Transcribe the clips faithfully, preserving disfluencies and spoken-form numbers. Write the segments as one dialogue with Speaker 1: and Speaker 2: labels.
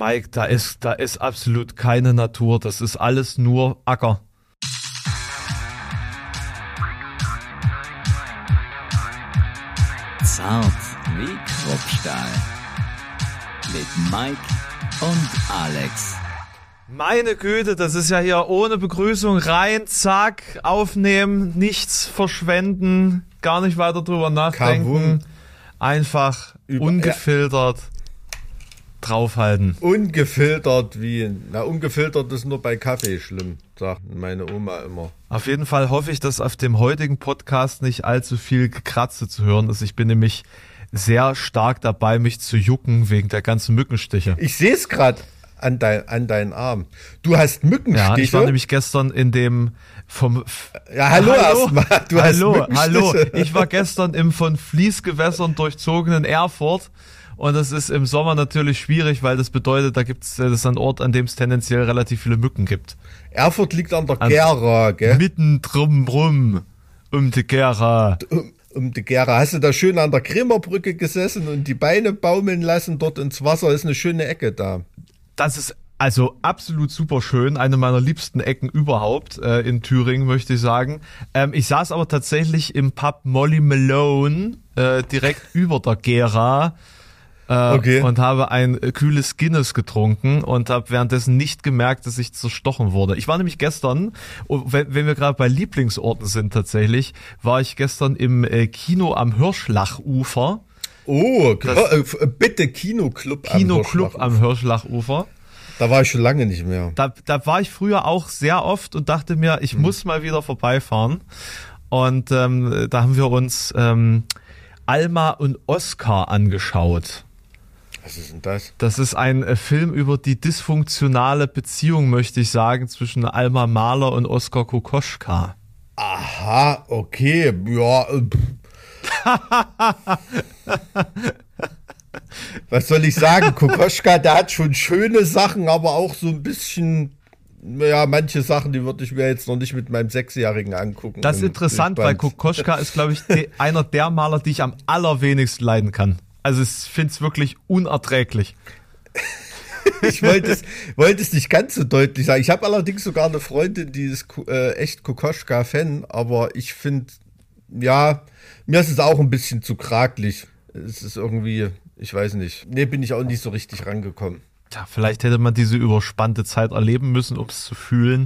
Speaker 1: Mike, da ist, da ist absolut keine Natur. Das ist alles nur Acker.
Speaker 2: Zart wie Kruppstahl. Mit Mike und Alex.
Speaker 1: Meine Güte, das ist ja hier ohne Begrüßung rein, zack, aufnehmen, nichts verschwenden, gar nicht weiter drüber nachdenken.
Speaker 3: Kavum.
Speaker 1: Einfach
Speaker 3: Über-
Speaker 1: ungefiltert draufhalten.
Speaker 3: Ungefiltert wie, na ungefiltert ist nur bei Kaffee schlimm, sagt meine Oma immer.
Speaker 1: Auf jeden Fall hoffe ich, dass auf dem heutigen Podcast nicht allzu viel Gekratze zu hören ist. Ich bin nämlich sehr stark dabei, mich zu jucken wegen der ganzen Mückenstiche.
Speaker 3: Ich sehe es gerade an, dein, an deinen Arm. Du hast Mückenstiche?
Speaker 1: Ja, ich war nämlich gestern in dem vom...
Speaker 3: Ja, hallo,
Speaker 1: hallo
Speaker 3: erstmal. Du
Speaker 1: hallo,
Speaker 3: hast
Speaker 1: hallo.
Speaker 3: Mückenstiche.
Speaker 1: Ich war gestern im von Fließgewässern durchzogenen Erfurt. Und das ist im Sommer natürlich schwierig, weil das bedeutet, da gibt's, das ist ein Ort, an dem es tendenziell relativ viele Mücken gibt.
Speaker 3: Erfurt liegt an der
Speaker 1: An-
Speaker 3: Gera, gell?
Speaker 1: Mitten drum rum um die Gera.
Speaker 3: Um, um die Gera. Hast du da schön an der Krämerbrücke gesessen und die Beine baumeln lassen dort ins Wasser? Ist eine schöne Ecke da.
Speaker 1: Das ist also absolut super schön, eine meiner liebsten Ecken überhaupt äh, in Thüringen, möchte ich sagen. Ähm, ich saß aber tatsächlich im Pub Molly Malone, äh, direkt über der Gera. Äh,
Speaker 3: Okay.
Speaker 1: Und habe ein äh, kühles Guinness getrunken und habe währenddessen nicht gemerkt, dass ich zerstochen wurde. Ich war nämlich gestern, und wenn, wenn wir gerade bei Lieblingsorten sind tatsächlich, war ich gestern im äh, Kino am Hirschlachufer.
Speaker 3: Oh,
Speaker 1: Das-
Speaker 3: äh, bitte Kinoclub am
Speaker 1: Kinoclub
Speaker 3: Hirschlachufer.
Speaker 1: am Hirschlachufer.
Speaker 3: Da war ich schon lange nicht mehr.
Speaker 1: Da, da war ich früher auch sehr oft und dachte mir, ich muss mal wieder vorbeifahren. Und ähm, da haben wir uns ähm, Alma und Oskar angeschaut.
Speaker 3: Was ist denn das?
Speaker 1: Das ist ein äh, Film über die dysfunktionale Beziehung, möchte ich sagen, zwischen Alma Mahler und Oskar Kokoschka.
Speaker 3: Aha, okay, ja. äh, Was soll ich sagen? Kokoschka, der hat schon schöne Sachen, aber auch so ein bisschen, ja, manche Sachen, die würde ich mir jetzt noch nicht mit meinem Sechsjährigen angucken.
Speaker 1: Das ist
Speaker 3: Im
Speaker 1: interessant, weil
Speaker 3: Bildband.
Speaker 1: Kokoschka ist, glaube ich, de, einer der Maler, die ich am allerwenigsten leiden kann. Also ich finde es wirklich unerträglich.
Speaker 3: Ich wollte es, wollte es nicht ganz so deutlich sagen. Ich habe allerdings sogar eine Freundin, die ist äh, echt Kokoschka-Fan, aber ich finde, ja, mir ist es auch ein bisschen zu krakelig. Es ist irgendwie, ich weiß nicht. Nee, bin ich auch nicht so richtig rangekommen.
Speaker 1: Tja, vielleicht hätte man diese überspannte Zeit erleben müssen, um es zu fühlen.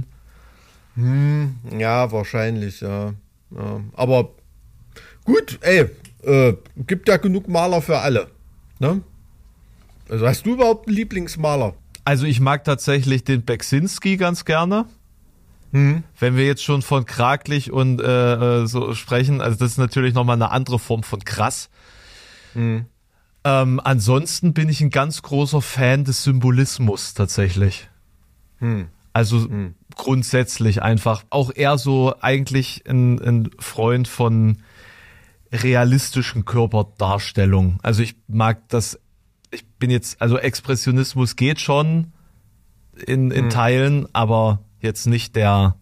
Speaker 3: Ja, wahrscheinlich, ja. ja. Aber gut, ey, äh, gibt ja genug Maler für alle. Ne? Also hast du überhaupt einen Lieblingsmaler?
Speaker 1: Also ich mag tatsächlich den Beksinski ganz gerne.
Speaker 3: Hm.
Speaker 1: Wenn wir jetzt schon von krakelig und äh, äh, so sprechen, also das ist natürlich nochmal eine andere Form von krass.
Speaker 3: Hm.
Speaker 1: Ähm, ansonsten bin ich ein ganz großer Fan des Symbolismus tatsächlich.
Speaker 3: Hm.
Speaker 1: Also
Speaker 3: Hm.
Speaker 1: grundsätzlich einfach auch eher so eigentlich ein, ein Freund von realistischen Körperdarstellungen. Also ich mag das, ich bin jetzt, also Expressionismus geht schon in, in
Speaker 3: Hm.
Speaker 1: Teilen, aber jetzt nicht der,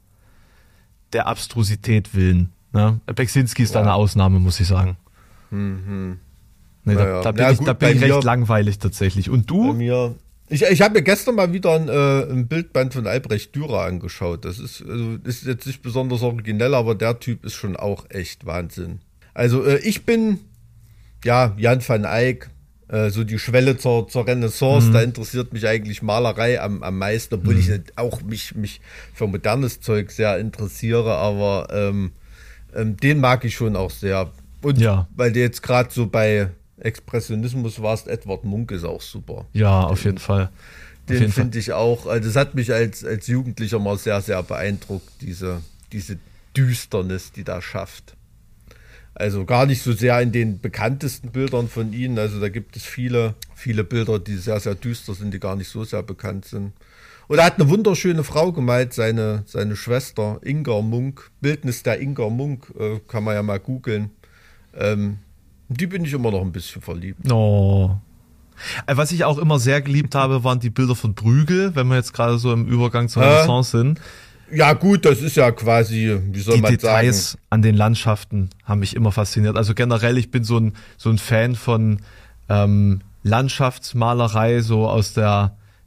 Speaker 1: der Abstrusität willen. Ne? Beksinski ist da
Speaker 3: Ja.
Speaker 1: eine Ausnahme, muss ich sagen.
Speaker 3: Mhm.
Speaker 1: Nee,
Speaker 3: Naja.
Speaker 1: da, da bin
Speaker 3: Ja,
Speaker 1: ich,
Speaker 3: gut,
Speaker 1: da bin
Speaker 3: bei
Speaker 1: ich recht
Speaker 3: mir-
Speaker 1: langweilig tatsächlich. Und
Speaker 3: Bei
Speaker 1: du?
Speaker 3: mir. Ich, ich habe mir gestern mal wieder ein, äh, ein Bildband von Albrecht Dürer angeschaut. Das ist, also, ist jetzt nicht besonders originell, aber der Typ ist schon auch echt Wahnsinn. Also äh, ich bin, ja, Jan van Eyck, äh, so die Schwelle zur, zur Renaissance, da interessiert mich eigentlich Malerei am, am meisten, obwohl ich nicht auch mich, mich für modernes Zeug sehr interessiere, aber ähm, ähm, den mag ich schon auch sehr. Und
Speaker 1: Ja.
Speaker 3: weil du jetzt gerade so bei Expressionismus warst, Edward Munch ist auch super.
Speaker 1: Ja, auf jeden Fall. Auf
Speaker 3: Den
Speaker 1: jeden Fall.
Speaker 3: finde ich auch, also das hat mich als, als Jugendlicher mal sehr, sehr beeindruckt, diese, diese Düsternis, die da schafft. Also gar nicht so sehr in den bekanntesten Bildern von ihnen, also da gibt es viele, viele Bilder, die sehr, sehr düster sind, die gar nicht so sehr bekannt sind. Und er hat eine wunderschöne Frau gemalt, seine, seine Schwester Inga Munch, Bildnis der Inga Munch, äh, kann man ja mal googeln. Ähm, die bin ich immer noch ein bisschen verliebt.
Speaker 1: Oh. Äh, Was ich auch immer sehr geliebt habe, waren die Bilder von Brügel, wenn wir jetzt gerade so im Übergang zur
Speaker 3: Äh,
Speaker 1: Renaissance sind.
Speaker 3: Ja gut, das ist ja quasi, wie soll
Speaker 1: Die
Speaker 3: man
Speaker 1: Details
Speaker 3: sagen?
Speaker 1: an den Landschaften haben mich immer fasziniert. Also generell, ich bin so ein, so ein Fan von ähm, Landschaftsmalerei, so aus der,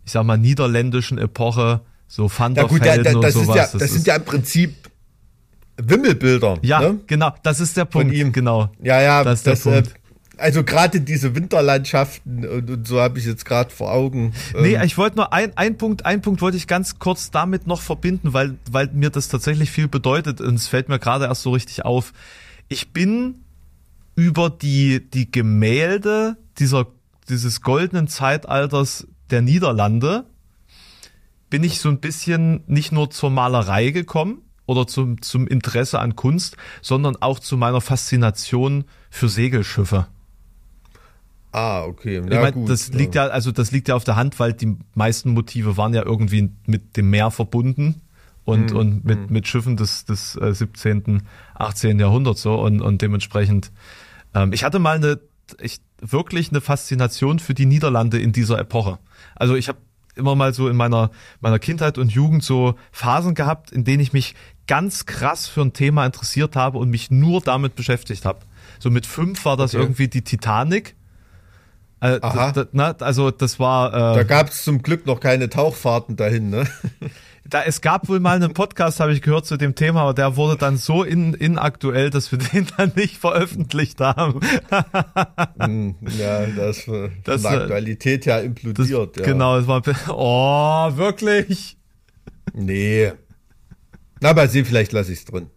Speaker 1: ich sag mal, niederländischen Epoche, so Van der
Speaker 3: Ja gut, da,
Speaker 1: Velden
Speaker 3: da,
Speaker 1: und
Speaker 3: das, ist
Speaker 1: sowas.
Speaker 3: ja, das, das sind ja im Prinzip Wimmelbilder.
Speaker 1: Ja,
Speaker 3: ne?
Speaker 1: genau, das ist der Punkt.
Speaker 3: Von ihm.
Speaker 1: Genau.
Speaker 3: Ja, ja,
Speaker 1: das
Speaker 3: das,
Speaker 1: ist der Punkt.
Speaker 3: Äh, also gerade diese Winterlandschaften und, und so habe ich jetzt gerade vor Augen.
Speaker 1: Nee,
Speaker 3: ähm,
Speaker 1: ich wollte nur ein, ein Punkt, ein Punkt wollte ich ganz kurz damit noch verbinden, weil, weil mir das tatsächlich viel bedeutet und es fällt mir gerade erst so richtig auf. Ich bin über die, die Gemälde dieser, dieses goldenen Zeitalters der Niederlande bin ich so ein bisschen nicht nur zur Malerei gekommen oder zum, zum Interesse an Kunst, sondern auch zu meiner Faszination für Segelschiffe.
Speaker 3: Ah, okay.
Speaker 1: Ich
Speaker 3: Ja,
Speaker 1: meine,
Speaker 3: gut,
Speaker 1: das liegt ja, also das liegt ja auf der Hand, weil die meisten Motive waren ja irgendwie mit dem Meer verbunden und,
Speaker 3: Mhm.
Speaker 1: und mit, mit Schiffen des, des äh, siebzehnten, achtzehnten Jahrhunderts so und, und dementsprechend, ähm, ich hatte mal eine, ich, wirklich eine Faszination für die Niederlande in dieser Epoche. Also ich habe immer mal so in meiner, meiner Kindheit und Jugend so Phasen gehabt, in denen ich mich ganz krass für ein Thema interessiert habe und mich nur damit beschäftigt habe. So mit fünf war das
Speaker 3: Okay.
Speaker 1: irgendwie die Titanic. Äh,
Speaker 3: Aha.
Speaker 1: d- d- na, also das war
Speaker 3: Da
Speaker 1: äh,
Speaker 3: gab es zum Glück noch keine Tauchfahrten dahin, ne?
Speaker 1: da es gab wohl mal einen Podcast, habe ich gehört, zu dem Thema, aber der wurde dann so in, inaktuell, dass wir den dann nicht veröffentlicht haben.
Speaker 3: Hm, ja, das von
Speaker 1: Das,
Speaker 3: der
Speaker 1: äh,
Speaker 3: Aktualität ja
Speaker 1: Das,
Speaker 3: implodiert. ja.
Speaker 1: Genau, es war oh, wirklich?
Speaker 3: Nee. Na, mal sehen, vielleicht lasse ich es drin.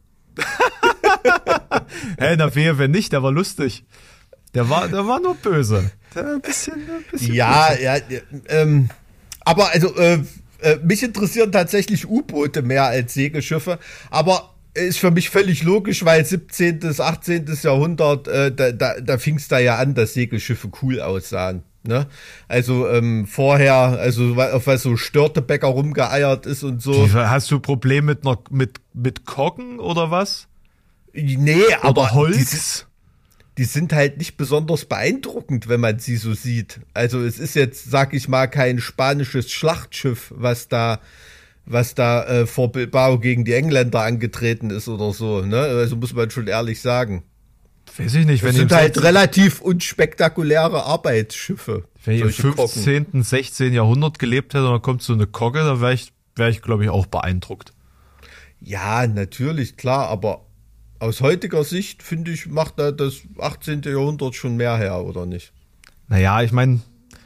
Speaker 1: Hey, na wehe, wenn nicht, der war lustig. Der war, der war nur böse. Der ein bisschen, ein bisschen
Speaker 3: Ja,
Speaker 1: böse.
Speaker 3: ja, ja, ähm, aber also äh, äh, mich interessieren tatsächlich U-Boote mehr als Segelschiffe, aber ist für mich völlig logisch, weil siebzehnten., achtzehnten. Jahrhundert, äh, da, da, da fing es da ja an, dass Segelschiffe cool aussahen. Ne? Also ähm, vorher, also auf was so Störtebäcker rumgeeiert ist und so.
Speaker 1: Wie, hast du Probleme mit, einer, mit, mit Koggen oder was?
Speaker 3: Nee, aber
Speaker 1: Oder Holz?
Speaker 3: Die, sind- die sind halt nicht besonders beeindruckend, wenn man sie so sieht. Also es ist jetzt, sag ich mal, kein spanisches Schlachtschiff, was da, was da äh, vor Bilbao gegen die Engländer angetreten ist oder so. Ne? Also muss man schon ehrlich sagen.
Speaker 1: Weiß ich nicht,
Speaker 3: Das
Speaker 1: wenn
Speaker 3: sind
Speaker 1: ich, im
Speaker 3: halt
Speaker 1: sechzehnten
Speaker 3: relativ unspektakuläre Arbeitsschiffe.
Speaker 1: wenn ich im
Speaker 3: solche Koggen.
Speaker 1: fünfzehnten, sechzehnten. Jahrhundert gelebt hätte und dann kommt so eine Kogge, da wäre ich, wäre ich glaube ich auch beeindruckt.
Speaker 3: Ja, natürlich, klar, aber aus heutiger Sicht, finde ich, macht da das achtzehnten. Jahrhundert schon mehr her, oder nicht?
Speaker 1: Naja, ich meine,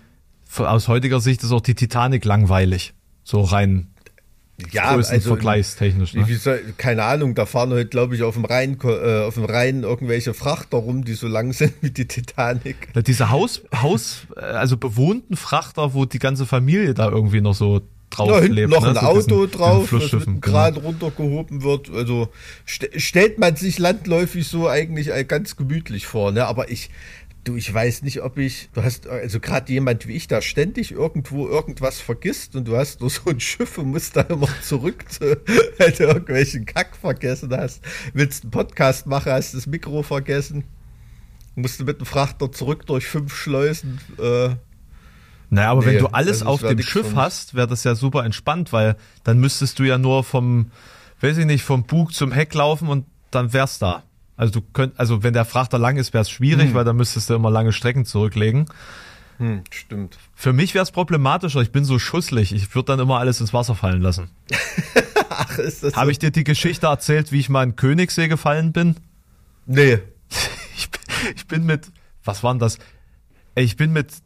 Speaker 1: aus heutiger Sicht ist auch die Titanic langweilig. So rein
Speaker 3: Ja,
Speaker 1: größenvergleichstechnisch. Ne?
Speaker 3: Wie soll, keine Ahnung, da fahren heute, glaube ich, auf dem Rhein, äh, auf dem Rhein irgendwelche Frachter rum, die so lang sind wie die Titanic.
Speaker 1: Ja, diese Haus, Haus, äh, also bewohnten Frachter, wo die ganze Familie da irgendwie noch so drauf
Speaker 3: Ja, hinten
Speaker 1: lebt.
Speaker 3: noch
Speaker 1: ne?
Speaker 3: ein
Speaker 1: so
Speaker 3: Auto
Speaker 1: diesen,
Speaker 3: drauf,
Speaker 1: diesen Flussschiffen.
Speaker 3: was mit einem Kran runtergehoben wird. Also st stellt man sich landläufig so eigentlich ganz gemütlich vor. Ne? Aber ich, du, ich weiß nicht, ob ich, du hast, also gerade jemand wie ich, da ständig irgendwo irgendwas vergisst und du hast nur so ein Schiff und musst da immer zurück, zu, weil du irgendwelchen Kack vergessen hast. Willst einen Podcast machen, hast das Mikro vergessen. Musst du mit dem Frachter zurück durch fünf Schleusen. Äh,
Speaker 1: Naja, aber
Speaker 3: Nee,
Speaker 1: wenn du alles
Speaker 3: also das
Speaker 1: auf
Speaker 3: wär
Speaker 1: dem
Speaker 3: nix
Speaker 1: Schiff
Speaker 3: für mich.
Speaker 1: hast, wäre das ja super entspannt, weil dann müsstest du ja nur vom, weiß ich nicht, vom Bug zum Heck laufen und dann wär's da. Also du könnt, also wenn der Frachter lang ist, wäre es schwierig,
Speaker 3: Hm.
Speaker 1: weil dann müsstest du immer lange Strecken zurücklegen.
Speaker 3: hm, stimmt.
Speaker 1: Für mich wäre es problematischer. Ich bin so schusslig. Ich würde dann immer alles ins Wasser fallen lassen.
Speaker 3: Ach, ist das
Speaker 1: Habe ich dir die Geschichte erzählt, wie ich mal in Königssee gefallen bin?
Speaker 3: Nee.
Speaker 1: Ich, bin- ich bin mit, was war denn das? Ey, Ich bin mit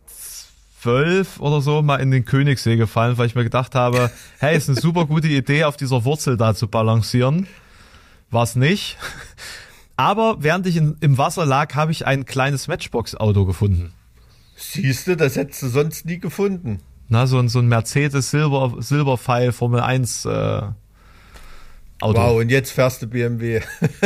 Speaker 1: zwölf oder so mal in den Königssee gefallen, weil ich mir gedacht habe, hey, ist eine super gute Idee, auf dieser Wurzel da zu balancieren. War's nicht. Aber während ich in, im Wasser lag, habe ich ein kleines Matchbox-Auto gefunden.
Speaker 3: Siehst du, das hättest du sonst nie gefunden.
Speaker 1: Na, so ein, so ein Mercedes Silber, Silberpfeil Formel eins äh, Auto.
Speaker 3: Wow, und jetzt fährst du B M W.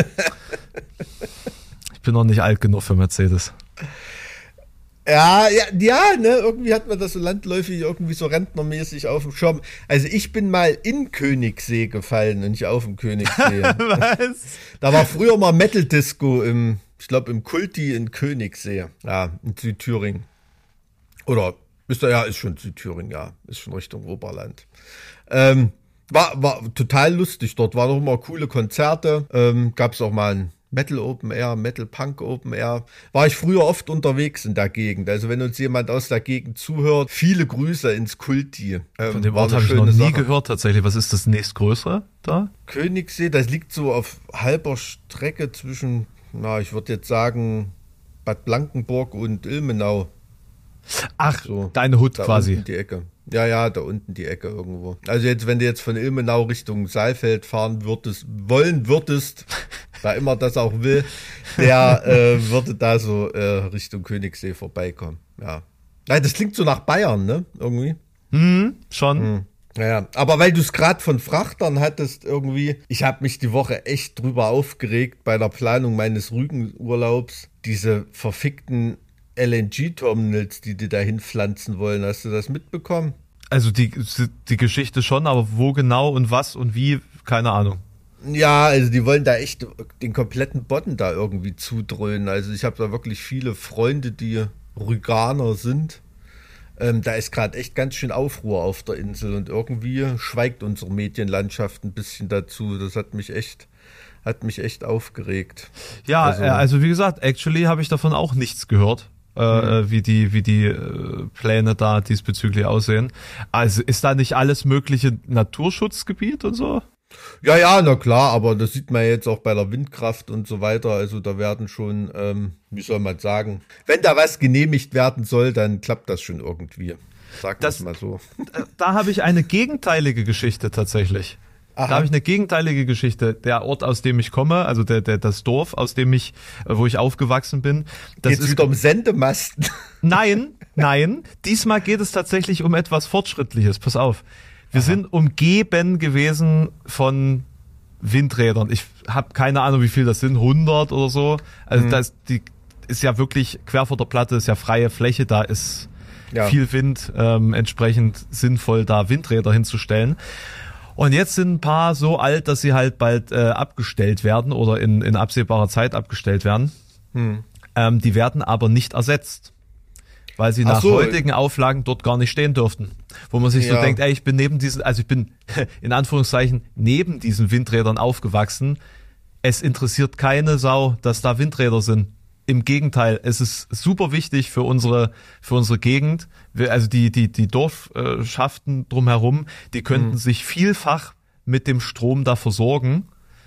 Speaker 1: Ich bin noch nicht alt genug für Mercedes.
Speaker 3: Ja, ja, ja, ne, irgendwie hat man das so landläufig irgendwie so rentnermäßig auf dem Schirm. Also ich bin mal in Königssee gefallen und nicht auf dem Königssee.
Speaker 1: Was?
Speaker 3: Da war früher mal Metal Disco im, ich glaube im Kulti in Königssee. Ja, in Südthüringen. Oder ist da, ja, ist schon Südthüringen, ja, ist schon Richtung Oberland. Ähm, war, war total lustig. Dort waren auch immer coole Konzerte. Ähm, gab es auch mal ein Metal Open Air, Metal Punk Open Air. War ich früher oft unterwegs in der Gegend. Also wenn uns jemand aus der Gegend zuhört, viele Grüße ins Kulti.
Speaker 1: Ähm, Von dem Ort habe ich noch nie Sache. gehört tatsächlich. Was ist das nächstgrößere da?
Speaker 3: Königssee, das liegt so auf halber Strecke zwischen, na ich würde jetzt sagen, Bad Blankenburg und Ilmenau.
Speaker 1: Ach, so, deine Hut
Speaker 3: da
Speaker 1: quasi.
Speaker 3: Unten die Ecke. Ja, ja, da unten die Ecke irgendwo. Also jetzt, wenn du jetzt von Ilmenau Richtung Saalfeld fahren würdest, wollen würdest, wer immer das auch will, der äh, würde da so äh, Richtung Königssee vorbeikommen. Ja. Nein, das klingt so nach Bayern, ne? Irgendwie.
Speaker 1: Hm, schon.
Speaker 3: Hm. Ja, aber weil du es gerade von Frachtern hattest irgendwie, ich habe mich die Woche echt drüber aufgeregt bei der Planung meines Rügenurlaubs. Diese verfickten L N G-Terminals, die die dahin pflanzen wollen. Hast du das mitbekommen?
Speaker 1: Also die, die Geschichte schon, aber wo genau und was und wie, keine Ahnung.
Speaker 3: Ja, also die wollen da echt den kompletten Bodden da irgendwie zudröhnen. Also ich habe da wirklich viele Freunde, die Rüganer sind. Ähm, da ist gerade echt ganz schön Aufruhr auf der Insel und irgendwie schweigt unsere Medienlandschaft ein bisschen dazu. Das hat mich echt, hat mich echt aufgeregt.
Speaker 1: Ja, also, also wie gesagt, actually habe ich davon auch nichts gehört. Äh, wie die wie die äh, Pläne da diesbezüglich aussehen. Also ist da nicht alles mögliche Naturschutzgebiet und so?
Speaker 3: Ja, ja, na klar, aber das sieht man jetzt auch bei der Windkraft und so weiter. Also da werden schon, ähm, wie soll man sagen, wenn da was genehmigt werden soll, dann klappt das schon irgendwie. Sag das mal so.
Speaker 1: Da, da habe ich eine gegenteilige Geschichte tatsächlich. Aha. Da habe ich eine gegenteilige Geschichte. Der Ort, aus dem ich komme, also der, der, das Dorf, aus dem ich, wo ich aufgewachsen bin. Das
Speaker 3: Geht's
Speaker 1: ist
Speaker 3: wieder um Sendemasten?
Speaker 1: Nein, nein. Diesmal geht es tatsächlich um etwas Fortschrittliches. Pass auf. Wir Aha. sind umgeben gewesen von Windrädern. Ich habe keine Ahnung, wie viel das sind, hundert oder so. Also mhm. das die ist ja wirklich quer vor der Platte, ist ja freie Fläche, da ist ja viel Wind, ähm, entsprechend sinnvoll, da Windräder hinzustellen. Und jetzt sind ein paar so alt, dass sie halt bald äh, abgestellt werden oder in, in absehbarer Zeit abgestellt werden. Hm. Ähm, die werden aber nicht ersetzt, weil sie Ach nach so. heutigen Auflagen dort gar nicht stehen dürften. Wo man sich ja. so denkt, ey, ich bin neben diesen, also ich bin in Anführungszeichen neben diesen Windrädern aufgewachsen. Es interessiert keine Sau, dass da Windräder sind. Im Gegenteil, es ist super wichtig für unsere für unsere Gegend. Wir, also die die die Dorfschaften drumherum, die könnten mhm. sich vielfach mit dem Strom da versorgen.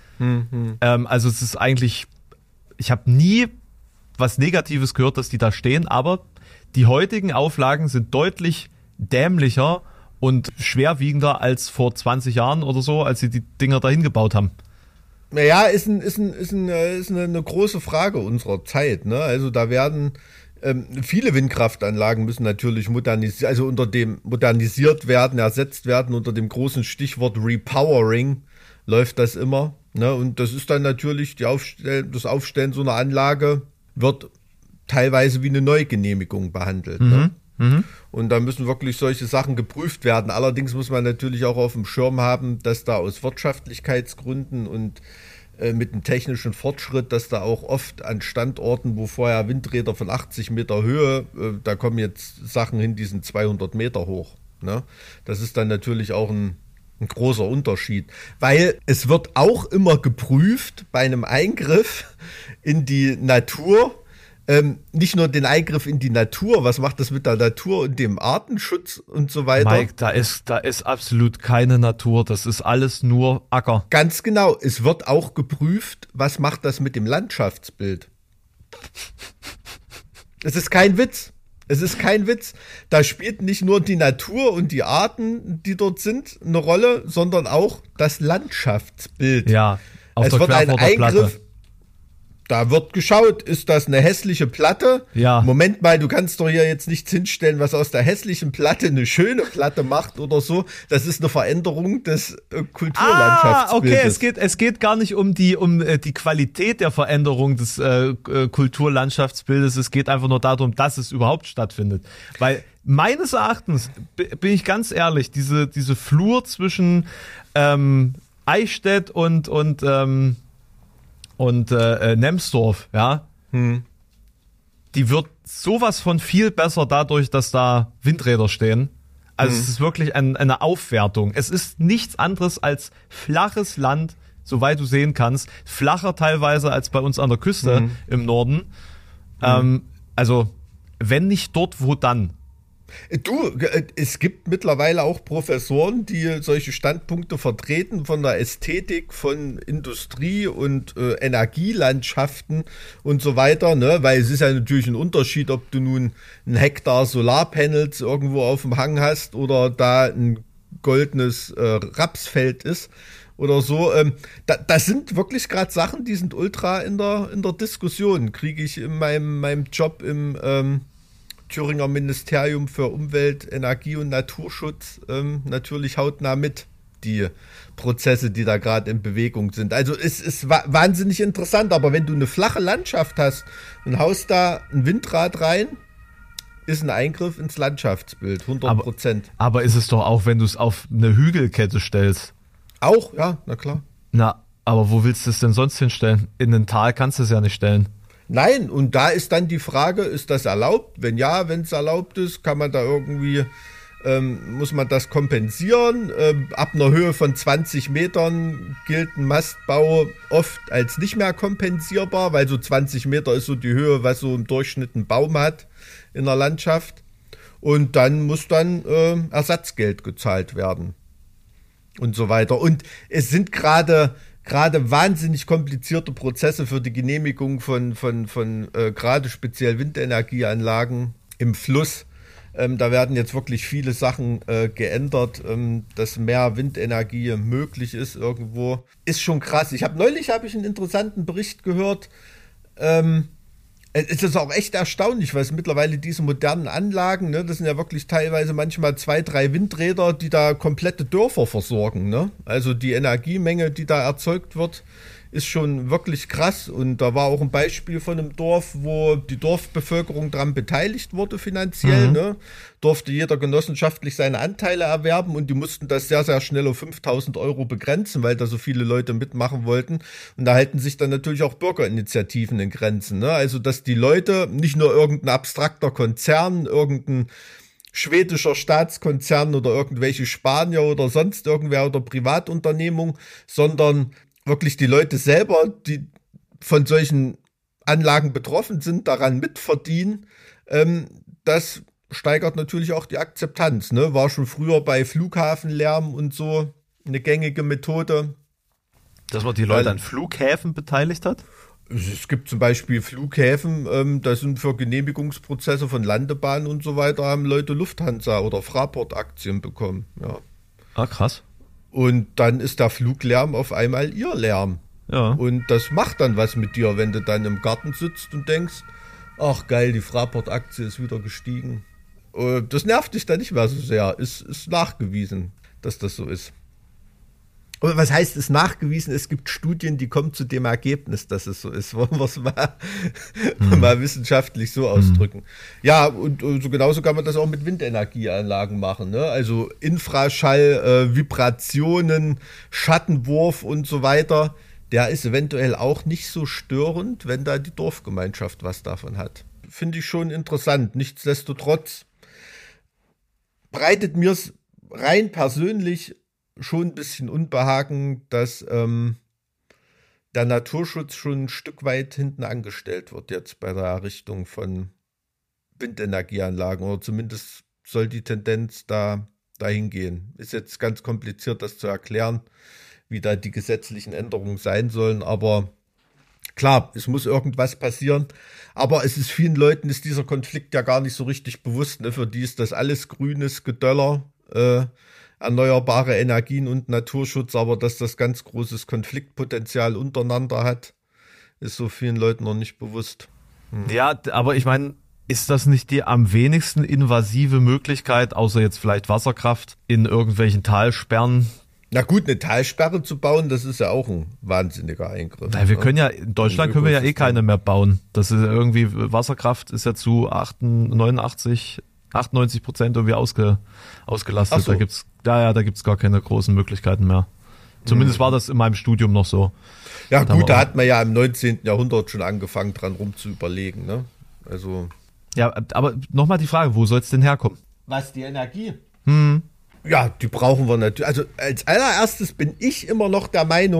Speaker 1: Mhm. Ähm, also es ist eigentlich, ich habe nie was Negatives gehört, dass die da stehen, aber die heutigen Auflagen sind deutlich dämlicher und schwerwiegender als vor zwanzig Jahren oder so, als sie die Dinger dahin gebaut haben.
Speaker 3: Naja, ist, ein, ist, ein, ist, ein, ist eine, eine große Frage unserer Zeit. Ne? Also da werden ähm, viele Windkraftanlagen müssen natürlich modernisiert, also unter dem modernisiert werden, ersetzt werden, unter dem großen Stichwort Repowering läuft das immer. Ne? Und das ist dann natürlich die Aufstell- das Aufstellen so einer Anlage wird teilweise wie eine Neugenehmigung behandelt. Mhm. Ne? Mhm. Und da müssen wirklich solche Sachen geprüft werden. Allerdings muss man natürlich auch auf dem Schirm haben, dass da aus Wirtschaftlichkeitsgründen und äh, mit dem technischen Fortschritt, dass da auch oft an Standorten, wo vorher Windräder von achtzig Meter Höhe, äh, da kommen jetzt Sachen hin, die sind zweihundert Meter hoch. Ne? Das ist dann natürlich auch ein, ein großer Unterschied. Weil es wird auch immer geprüft bei einem Eingriff in die Natur, Ähm, nicht nur den Eingriff in die Natur, was macht das mit der Natur und dem Artenschutz und so weiter.
Speaker 1: Mike, da ist, da ist absolut keine Natur, das ist alles nur Acker.
Speaker 3: Ganz genau, es wird auch geprüft, was macht das mit dem Landschaftsbild. Es ist kein Witz, es ist kein Witz. Da spielt nicht nur die Natur und die Arten, die dort sind, eine Rolle, sondern auch das Landschaftsbild.
Speaker 1: Ja, auf
Speaker 3: es
Speaker 1: der
Speaker 3: wird ein Eingriff.
Speaker 1: Platte.
Speaker 3: Da wird geschaut, ist das eine hässliche Platte?
Speaker 1: Ja.
Speaker 3: Moment mal, du kannst doch hier jetzt nichts hinstellen, was aus der hässlichen Platte eine schöne Platte macht oder so. Das ist eine Veränderung des äh, Kulturlandschaftsbildes.
Speaker 1: Ah, okay, es geht, es geht gar nicht um die, um äh, die Qualität der Veränderung des äh, Kulturlandschaftsbildes. Es geht einfach nur darum, dass es überhaupt stattfindet. Weil meines Erachtens, b- bin ich ganz ehrlich, diese, diese Flur zwischen ähm, Eichstätt und, und ähm, und äh, Nemsdorf, ja, hm. die wird sowas von viel besser dadurch, dass da Windräder stehen. Also hm. es ist wirklich ein, eine Aufwertung. Es ist nichts anderes als flaches Land soweit du sehen kannst, flacher teilweise als bei uns an der Küste mhm. im Norden. Mhm. Ähm, also, wenn nicht dort, wo dann?
Speaker 3: Du, es gibt mittlerweile auch Professoren, die solche Standpunkte vertreten von der Ästhetik von Industrie und äh, Energielandschaften und so weiter, ne? Weil es ist ja natürlich ein Unterschied, ob du nun einen Hektar Solarpanels irgendwo auf dem Hang hast oder da ein goldenes äh, Rapsfeld ist oder so. Ähm, da, das sind wirklich gerade Sachen, die sind ultra in der, in der Diskussion. Kriege ich in meinem, meinem Job im ähm, Thüringer Ministerium für Umwelt, Energie und Naturschutz ähm, natürlich hautnah mit, die Prozesse, die da gerade in Bewegung sind. Also es ist wa- wahnsinnig interessant, aber wenn du eine flache Landschaft hast und haust da ein Windrad rein, ist ein Eingriff ins Landschaftsbild, hundert Prozent.
Speaker 1: Aber, aber ist es doch auch, wenn du es auf eine Hügelkette stellst?
Speaker 3: Auch, ja, na klar.
Speaker 1: Na, aber wo willst du es denn sonst hinstellen? In ein Tal kannst du es ja nicht stellen.
Speaker 3: Nein, und da ist dann die Frage, ist das erlaubt? Wenn ja, wenn es erlaubt ist, kann man da irgendwie, ähm, muss man das kompensieren? Ähm, ab einer Höhe von zwanzig Metern gilt ein Mastbau oft als nicht mehr kompensierbar, weil so zwanzig Meter ist so die Höhe, was so im Durchschnitt ein Baum hat in der Landschaft. Und dann muss dann äh, Ersatzgeld gezahlt werden und so weiter. Und es sind gerade... gerade wahnsinnig komplizierte Prozesse für die Genehmigung von, von, von äh, gerade speziell Windenergieanlagen im Fluss. Ähm, da werden jetzt wirklich viele Sachen äh, geändert, ähm, dass mehr Windenergie möglich ist irgendwo. Ist schon krass. Ich habe neulich habe ich einen interessanten Bericht gehört. Ähm, es ist auch echt erstaunlich, weil es mittlerweile diese modernen Anlagen, ne, das sind ja wirklich teilweise manchmal zwei, drei Windräder, die da komplette Dörfer versorgen, ne? Also die Energiemenge, die da erzeugt wird, ist schon wirklich krass. Und da war auch ein Beispiel von einem Dorf, wo die Dorfbevölkerung daran beteiligt wurde finanziell, mhm. ne? Durfte jeder genossenschaftlich seine Anteile erwerben und die mussten das sehr, sehr schnell auf fünftausend Euro begrenzen, weil da so viele Leute mitmachen wollten. Und da halten sich dann natürlich auch Bürgerinitiativen in Grenzen, ne? Also, dass die Leute, nicht nur irgendein abstrakter Konzern, irgendein schwedischer Staatskonzern oder irgendwelche Spanier oder sonst irgendwer oder Privatunternehmung, sondern wirklich die Leute selber, die von solchen Anlagen betroffen sind, daran mitverdienen, ähm, das steigert natürlich auch die Akzeptanz. Ne? War schon früher bei Flughafenlärm und so eine gängige Methode.
Speaker 1: Dass man die Leute an Flughäfen beteiligt hat?
Speaker 3: Es gibt zum Beispiel Flughäfen, ähm, da sind für Genehmigungsprozesse von Landebahnen und so weiter, haben Leute Lufthansa oder Fraport-Aktien bekommen. Ja.
Speaker 1: Ah, krass.
Speaker 3: Und dann ist der Fluglärm auf einmal ihr Lärm.
Speaker 1: Ja.
Speaker 3: Und das macht dann was mit dir, wenn du dann im Garten sitzt und denkst, ach geil, die Fraport-Aktie ist wieder gestiegen. Das nervt dich dann nicht mehr so sehr. Ist, ist nachgewiesen, dass das so ist. Und was heißt, ist nachgewiesen? Es gibt Studien, die kommen zu dem Ergebnis, dass es so ist. Wollen wir es mal, hm. mal wissenschaftlich so ausdrücken. Hm. Ja, und, und so genauso kann man das auch mit Windenergieanlagen machen. Ne? Also Infraschall, äh, Vibrationen, Schattenwurf und so weiter. Der ist eventuell auch nicht so störend, wenn da die Dorfgemeinschaft was davon hat. Finde ich schon interessant. Nichtsdestotrotz bereitet mir es rein persönlich schon ein bisschen Unbehagen, dass ähm, der Naturschutz schon ein Stück weit hinten angestellt wird jetzt bei der Errichtung von Windenergieanlagen, oder zumindest soll die Tendenz da dahin gehen. Ist jetzt ganz kompliziert, das zu erklären, wie da die gesetzlichen Änderungen sein sollen, aber klar, es muss irgendwas passieren, aber es ist vielen Leuten ist dieser Konflikt ja gar nicht so richtig bewusst, ne? Für die ist das alles grünes Gedöller, äh, erneuerbare Energien und Naturschutz, aber dass das ganz großes Konfliktpotenzial untereinander hat, ist so vielen Leuten noch nicht bewusst.
Speaker 1: Hm. Ja, aber ich meine, ist das nicht die am wenigsten invasive Möglichkeit, außer jetzt vielleicht Wasserkraft, in irgendwelchen Talsperren?
Speaker 3: Na gut, eine Talsperre zu bauen, das ist ja auch ein wahnsinniger Eingriff.
Speaker 1: Na, wir können ja, in Deutschland können wir ja eh keine mehr bauen. Das ist irgendwie, Wasserkraft ist ja zu neunundachtzig, achtundneunzig Prozent irgendwie ausge, ausgelastet. So. Da gibt's, ja, ja, da gibt's gar keine großen Möglichkeiten mehr. Zumindest mhm. war das in meinem Studium noch so.
Speaker 3: Ja da gut, da hat man ja im neunzehnten Jahrhundert schon angefangen, dran rum zu überlegen, ne? Also.
Speaker 1: Ja, aber nochmal die Frage, wo soll es denn herkommen?
Speaker 3: Was, die Energie?
Speaker 1: Hm.
Speaker 3: Ja, die brauchen wir natürlich. Also als allererstes bin ich immer noch der Meinung,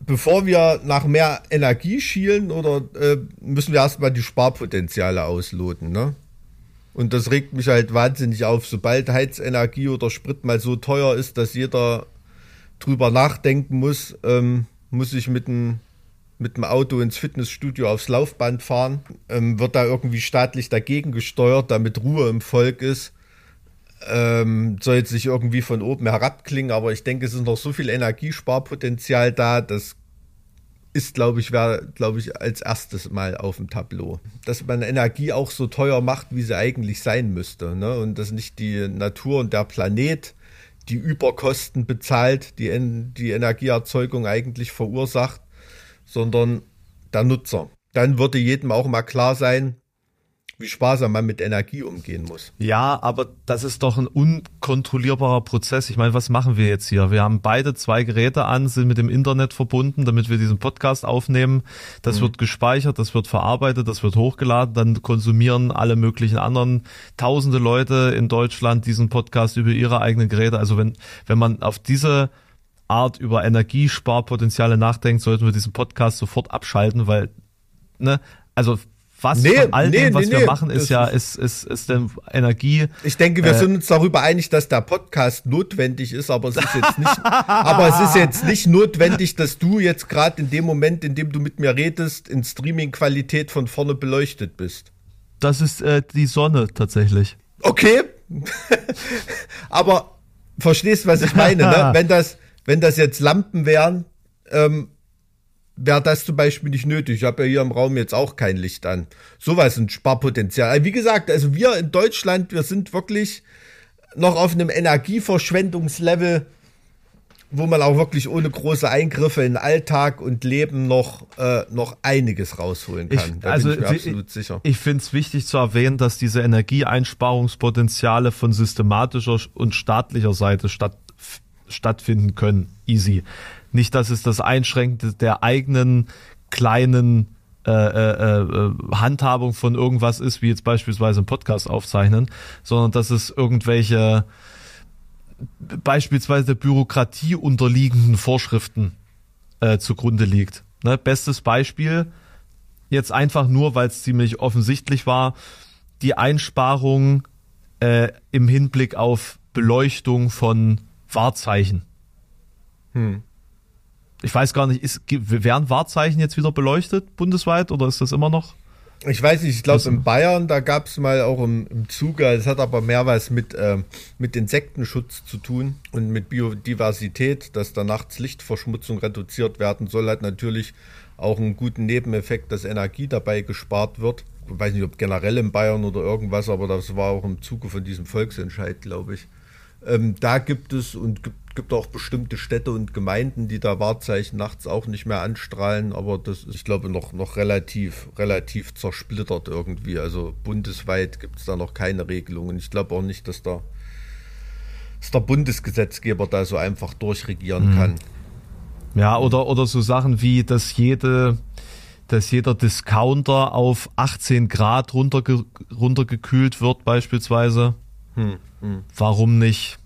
Speaker 3: bevor wir nach mehr Energie schielen, oder äh, müssen wir erstmal die Sparpotenziale ausloten, ne? Und das regt mich halt wahnsinnig auf, sobald Heizenergie oder Sprit mal so teuer ist, dass jeder drüber nachdenken muss, ähm, muss ich mit dem mit dem Auto ins Fitnessstudio aufs Laufband fahren, ähm, wird da irgendwie staatlich dagegen gesteuert, damit Ruhe im Volk ist. Ähm, soll jetzt nicht irgendwie von oben herabklingen, aber ich denke, es ist noch so viel Energiesparpotenzial da, das ist, glaube ich, wäre, glaube ich, als erstes mal auf dem Tableau. Dass man Energie auch so teuer macht, wie sie eigentlich sein müsste, ne? Und dass nicht die Natur und der Planet die Überkosten bezahlt, die, die Energieerzeugung eigentlich verursacht, sondern der Nutzer. Dann würde jedem auch mal klar sein, wie sparsam man mit Energie umgehen muss.
Speaker 1: Ja, aber das ist doch ein unkontrollierbarer Prozess. Ich meine, was machen wir jetzt hier? Wir haben beide zwei Geräte an, sind mit dem Internet verbunden, damit wir diesen Podcast aufnehmen. Das mhm. wird gespeichert, das wird verarbeitet, das wird hochgeladen. Dann konsumieren alle möglichen anderen tausende Leute in Deutschland diesen Podcast über ihre eigenen Geräte. Also wenn, wenn man auf diese Art über Energiesparpotenziale nachdenkt, sollten wir diesen Podcast sofort abschalten, weil, ne, also was
Speaker 3: nee,
Speaker 1: von all
Speaker 3: nee,
Speaker 1: dem, was
Speaker 3: nee,
Speaker 1: wir
Speaker 3: nee.
Speaker 1: machen, ist
Speaker 3: das
Speaker 1: ja, ist, ist, ist denn Energie.
Speaker 3: Ich denke, wir
Speaker 1: äh,
Speaker 3: sind uns darüber einig, dass der Podcast notwendig ist, aber es ist jetzt nicht, aber es ist jetzt nicht notwendig, dass du jetzt gerade in dem Moment, in dem du mit mir redest, in Streaming-Qualität von vorne beleuchtet bist.
Speaker 1: Das ist äh, die Sonne tatsächlich.
Speaker 3: Okay, aber verstehst, was ich meine, ne? Wenn das, wenn das jetzt Lampen wären, ähm, wäre das zum Beispiel nicht nötig. Ich habe ja hier im Raum jetzt auch kein Licht an. Sowas ist ein Sparpotenzial. Wie gesagt, also wir in Deutschland, wir sind wirklich noch auf einem Energieverschwendungslevel, wo man auch wirklich ohne große Eingriffe in Alltag und Leben noch, äh, noch einiges rausholen kann.
Speaker 1: Ich,
Speaker 3: da
Speaker 1: also
Speaker 3: bin ich mir
Speaker 1: ich,
Speaker 3: absolut sicher.
Speaker 1: Ich finde es wichtig zu erwähnen, dass diese Energieeinsparungspotenziale von systematischer und staatlicher Seite statt, stattfinden können. Easy. Nicht, dass es das Einschränken der eigenen kleinen äh, äh, äh, Handhabung von irgendwas ist, wie jetzt beispielsweise einen Podcast aufzeichnen, sondern dass es irgendwelche beispielsweise der Bürokratie unterliegenden Vorschriften äh, zugrunde liegt. Ne? Bestes Beispiel, jetzt einfach nur, weil es ziemlich offensichtlich war, die Einsparung äh, im Hinblick auf Beleuchtung von Wahrzeichen.
Speaker 3: Hm.
Speaker 1: Ich weiß gar nicht, ist, werden Wahrzeichen jetzt wieder beleuchtet bundesweit oder ist das immer noch?
Speaker 3: Ich weiß nicht, ich glaube in Bayern, da gab es mal auch im, im Zuge, es hat aber mehr was mit, äh, mit Insektenschutz zu tun und mit Biodiversität, dass da nachts Lichtverschmutzung reduziert werden soll, hat natürlich auch einen guten Nebeneffekt, dass Energie dabei gespart wird. Ich weiß nicht, ob generell in Bayern oder irgendwas, aber das war auch im Zuge von diesem Volksentscheid, glaube ich. Ähm, da gibt es und gibt, gibt auch bestimmte Städte und Gemeinden, die da Wahrzeichen nachts auch nicht mehr anstrahlen, aber das ist, ich glaube, noch, noch relativ, relativ zersplittert irgendwie. Also bundesweit gibt es da noch keine Regelungen. Ich glaube auch nicht, dass der, dass der Bundesgesetzgeber da so einfach durchregieren mhm. kann.
Speaker 1: Ja, oder, oder so Sachen wie, dass jede, dass jeder Discounter auf achtzehn Grad runterge, runtergekühlt wird beispielsweise. Hm, hm. Warum nicht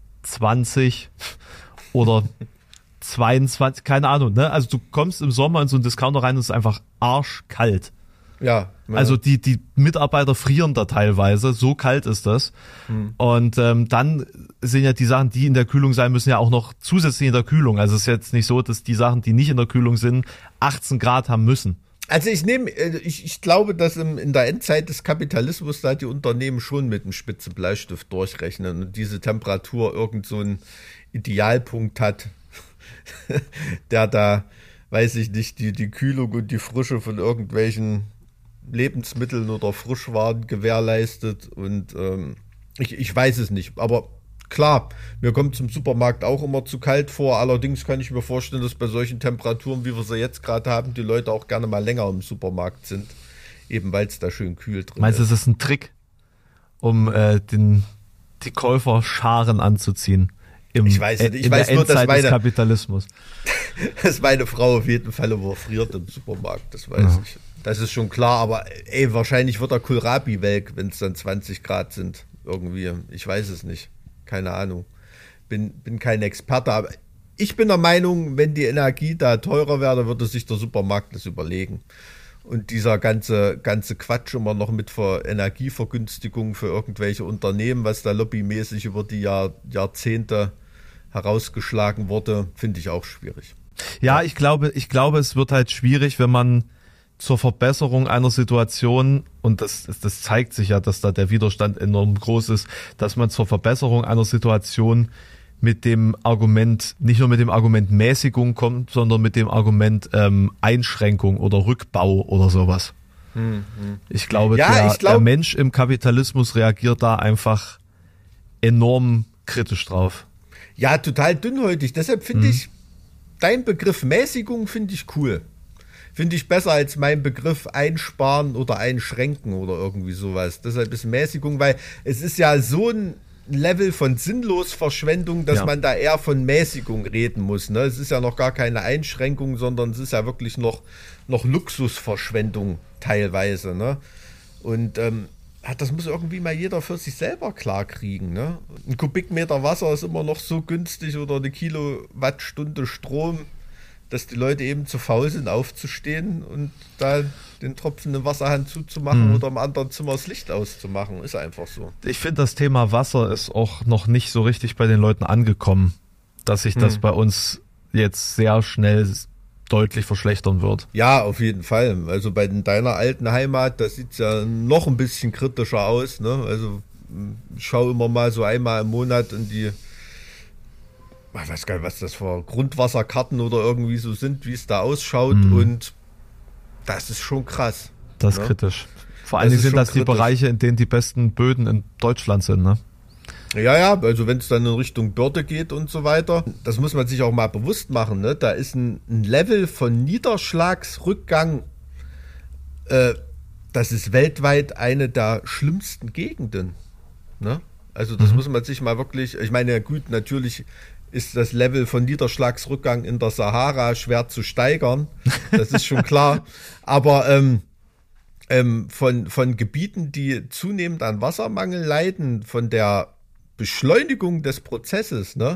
Speaker 1: zwanzig oder zweiundzwanzig, keine Ahnung, ne? Also du kommst im Sommer in so einen Discounter rein und es ist einfach arschkalt.
Speaker 3: Ja. ja.
Speaker 1: Also die, die Mitarbeiter frieren da teilweise, so kalt ist das. Hm. Und ähm, dann sind ja die Sachen, die in der Kühlung sein müssen, ja auch noch zusätzlich in der Kühlung. Also es ist jetzt nicht so, dass die Sachen, die nicht in der Kühlung sind, achtzehn Grad haben müssen.
Speaker 3: Also ich nehme, ich, ich glaube, dass im, in der Endzeit des Kapitalismus da die Unternehmen schon mit einem spitzen Bleistift durchrechnen und diese Temperatur irgend so einen Idealpunkt hat, der da, weiß ich nicht, die, die Kühlung und die Frische von irgendwelchen Lebensmitteln oder Frischwaren gewährleistet und ähm, ich, ich weiß es nicht, aber klar, mir kommt es im Supermarkt auch immer zu kalt vor. Allerdings kann ich mir vorstellen, dass bei solchen Temperaturen, wie wir sie jetzt gerade haben, die Leute auch gerne mal länger im Supermarkt sind. Eben weil es da schön kühl drin
Speaker 1: Meinst,
Speaker 3: ist.
Speaker 1: Meinst du, das ist ein Trick, um äh, den, die Käuferscharen anzuziehen? Im,
Speaker 3: ich weiß nicht. Ich
Speaker 1: in
Speaker 3: weiß
Speaker 1: der
Speaker 3: nur, dass meine,
Speaker 1: des Kapitalismus.
Speaker 3: dass meine Frau auf jeden Fall überfriert im Supermarkt. Das weiß
Speaker 1: ja.
Speaker 3: ich. Das ist schon klar. Aber ey, wahrscheinlich wird der Kohlrabi welk, wenn es dann zwanzig Grad sind. Irgendwie. Ich weiß es nicht. Keine Ahnung. Bin, bin kein Experte, aber ich bin der Meinung, wenn die Energie da teurer wäre, dann würde sich der Supermarkt das überlegen. Und dieser ganze, ganze Quatsch immer noch mit Ver Energievergünstigung für irgendwelche Unternehmen, was da lobbymäßig über die Jahr, Jahrzehnte herausgeschlagen wurde, finde ich auch schwierig.
Speaker 1: Ja, ich glaube, ich glaube, es wird halt schwierig, wenn man zur Verbesserung einer Situation, und das, das zeigt sich ja, dass da der Widerstand enorm groß ist, dass man zur Verbesserung einer Situation mit dem Argument, nicht nur mit dem Argument Mäßigung kommt, sondern mit dem Argument ähm, Einschränkung oder Rückbau oder sowas. Hm, hm. Ich glaube,
Speaker 3: ja,
Speaker 1: der,
Speaker 3: ich glaub,
Speaker 1: der Mensch im Kapitalismus reagiert da einfach enorm kritisch drauf.
Speaker 3: Ja, total dünnhäutig. Deshalb finde hm. ich, dein Begriff Mäßigung finde ich cool. Finde ich besser als mein Begriff einsparen oder einschränken oder irgendwie sowas. Deshalb ist Mäßigung, weil es ist ja so ein Level von Sinnlosverschwendung, dass ja. man da eher von Mäßigung reden muss. Ne? Es ist ja noch gar keine Einschränkung, sondern es ist ja wirklich noch, noch Luxusverschwendung teilweise. Ne? Und ähm, das muss irgendwie mal jeder für sich selber klar kriegen. Ne? Ein Kubikmeter Wasser ist immer noch so günstig oder eine Kilowattstunde Strom, dass die Leute eben zu faul sind, aufzustehen und da den Tropfen im Wasserhahn zuzumachen mhm. oder im anderen Zimmer das Licht auszumachen. Ist einfach so.
Speaker 1: Ich finde, das Thema Wasser ist auch noch nicht so richtig bei den Leuten angekommen, dass sich das mhm. bei uns jetzt sehr schnell deutlich verschlechtern wird.
Speaker 3: Ja, auf jeden Fall. Also bei deiner alten Heimat, da sieht es ja noch ein bisschen kritischer aus. Ne? Also ich schaue immer mal so einmal im Monat in die, ich weiß gar nicht, was das für Grundwasserkarten oder irgendwie so sind, wie es da ausschaut. Mhm. Und das ist schon krass.
Speaker 1: Das ist
Speaker 3: ne?
Speaker 1: kritisch. Vor allen Dingen sind das kritisch. Die Bereiche, in denen die besten Böden in Deutschland sind, ne?
Speaker 3: Ja, ja, also wenn es dann in Richtung Börde geht und so weiter, das muss man sich auch mal bewusst machen, ne? Da ist ein, ein Level von Niederschlagsrückgang, äh, das ist weltweit eine der schlimmsten Gegenden, ne? Also das mhm. muss man sich mal wirklich, ich meine, gut, natürlich ist das Level von Niederschlagsrückgang in der Sahara schwer zu steigern. Das ist schon klar. Aber ähm, ähm, von, von Gebieten, die zunehmend an Wassermangel leiden, von der Beschleunigung des Prozesses, ne,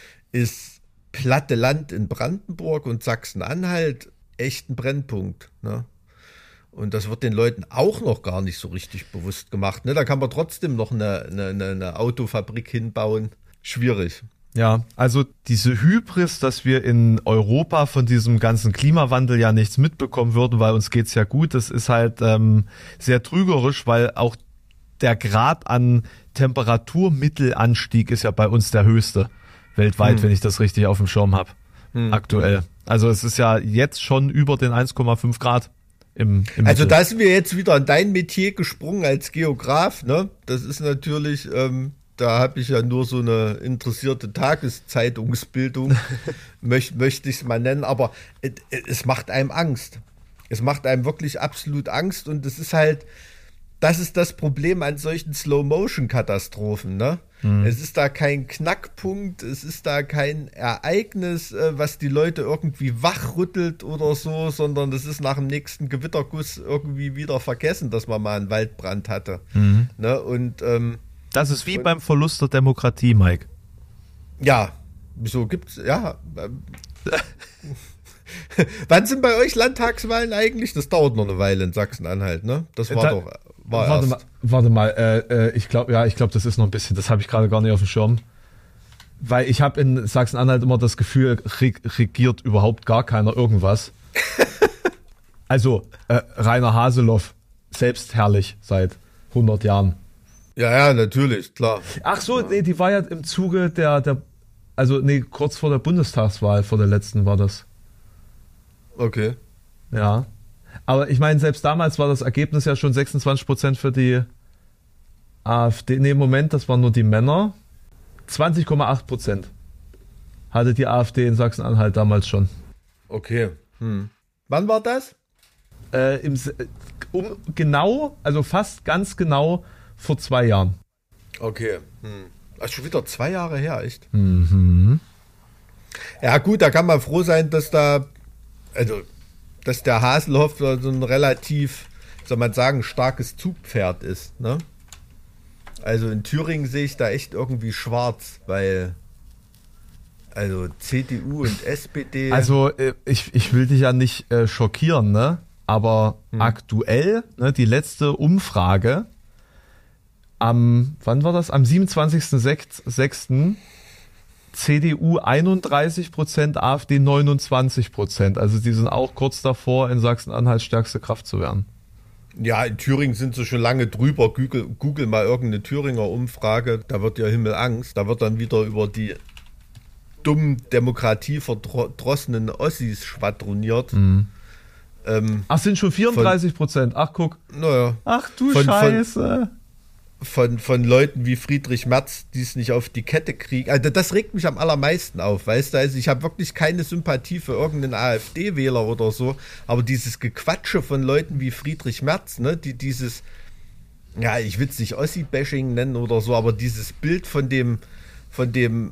Speaker 3: ist platte Land in Brandenburg und Sachsen-Anhalt echt ein Brennpunkt. Ne? Und das wird den Leuten auch noch gar nicht so richtig bewusst gemacht. Ne? Da kann man trotzdem noch eine, eine, eine Autofabrik hinbauen. Schwierig.
Speaker 1: Ja, also diese Hybris, dass wir in Europa von diesem ganzen Klimawandel ja nichts mitbekommen würden, weil uns geht's ja gut, das ist halt ähm, sehr trügerisch, weil auch der Grad an Temperaturmittelanstieg ist ja bei uns der höchste weltweit, hm. wenn ich das richtig auf dem Schirm habe, hm. aktuell. Also es ist ja jetzt schon über den eins Komma fünf Grad. Im, im
Speaker 3: also
Speaker 1: Mittel.
Speaker 3: Da sind wir jetzt wieder in dein Metier gesprungen als Geograf, ne? Das ist natürlich... Ähm Da habe ich ja nur so eine interessierte Tageszeitungsbildung, möcht, möchte ich es mal nennen, aber es, es macht einem Angst. Es macht einem wirklich absolut Angst und es ist halt, das ist das Problem an solchen Slow-Motion-Katastrophen. Ne? Mhm. Es ist da kein Knackpunkt, es ist da kein Ereignis, was die Leute irgendwie wachrüttelt oder so, sondern es ist nach dem nächsten Gewitterguss irgendwie wieder vergessen, dass man mal einen Waldbrand hatte. Mhm. Ne? Und ähm,
Speaker 1: das ist wie und, beim Verlust der Demokratie, Mike.
Speaker 3: Ja, wieso gibt's, ja. Ähm, Wann sind bei euch Landtagswahlen eigentlich? Das dauert noch eine Weile in Sachsen-Anhalt, ne? Das war da, doch, war
Speaker 1: warte
Speaker 3: erst.
Speaker 1: Mal, warte mal, äh, ich glaube, ja, ich glaube, das ist noch ein bisschen, das habe ich gerade gar nicht auf dem Schirm. Weil ich habe in Sachsen-Anhalt immer das Gefühl, regiert überhaupt gar keiner irgendwas. Also, äh, Rainer Haseloff, selbst herrlich seit hundert Jahren.
Speaker 3: Ja, ja, natürlich, klar.
Speaker 1: Ach so, nee, die war ja im Zuge der, der, also nee, kurz vor der Bundestagswahl, vor der letzten war das.
Speaker 3: Okay.
Speaker 1: Ja. Aber ich meine, selbst damals war das Ergebnis ja schon sechsundzwanzig Prozent für die AfD. Nee, Moment, das waren nur die Männer. zwanzig Komma acht Prozent hatte die AfD in Sachsen-Anhalt damals schon.
Speaker 3: Okay. Hm. Wann war das?
Speaker 1: Äh, im, um genau, also fast ganz genau vor zwei Jahren.
Speaker 3: Okay. Hm. Also schon wieder zwei Jahre her, echt?
Speaker 1: Mhm.
Speaker 3: Ja gut, da kann man froh sein, dass da, also, dass der Haseloff so ein relativ, soll man sagen, starkes Zugpferd ist, ne? Also in Thüringen sehe ich da echt irgendwie schwarz, weil, Also C D U und S P D.
Speaker 1: Also äh, ich, ich will dich ja nicht äh, schockieren, ne? Aber hm. aktuell, ne, die letzte Umfrage am, wann war das? Am siebenundzwanzigsten sechsten C D U einunddreißig Prozent, AfD neunundzwanzig Prozent. Also die sind auch kurz davor, in Sachsen-Anhalt stärkste Kraft zu werden.
Speaker 3: Ja, in Thüringen sind sie schon lange drüber. Google, Google mal irgendeine Thüringer Umfrage, da wird ja Himmelangst. Da wird dann wieder über die dummen, demokratieverdrossenen Ossis schwadroniert. Mhm. Ähm,
Speaker 1: Ach, sind schon vierunddreißig Prozent. Ach, guck.
Speaker 3: Naja.
Speaker 1: Ach du
Speaker 3: von,
Speaker 1: Scheiße.
Speaker 3: Von, von, von Leuten wie Friedrich Merz, die es nicht auf die Kette kriegen. Also das regt mich am allermeisten auf, weißt du? Also ich habe wirklich keine Sympathie für irgendeinen AfD-Wähler oder so, aber dieses Gequatsche von Leuten wie Friedrich Merz, ne, die dieses, ja, ich will es nicht Ossi-Bashing nennen oder so, aber dieses Bild von dem, von dem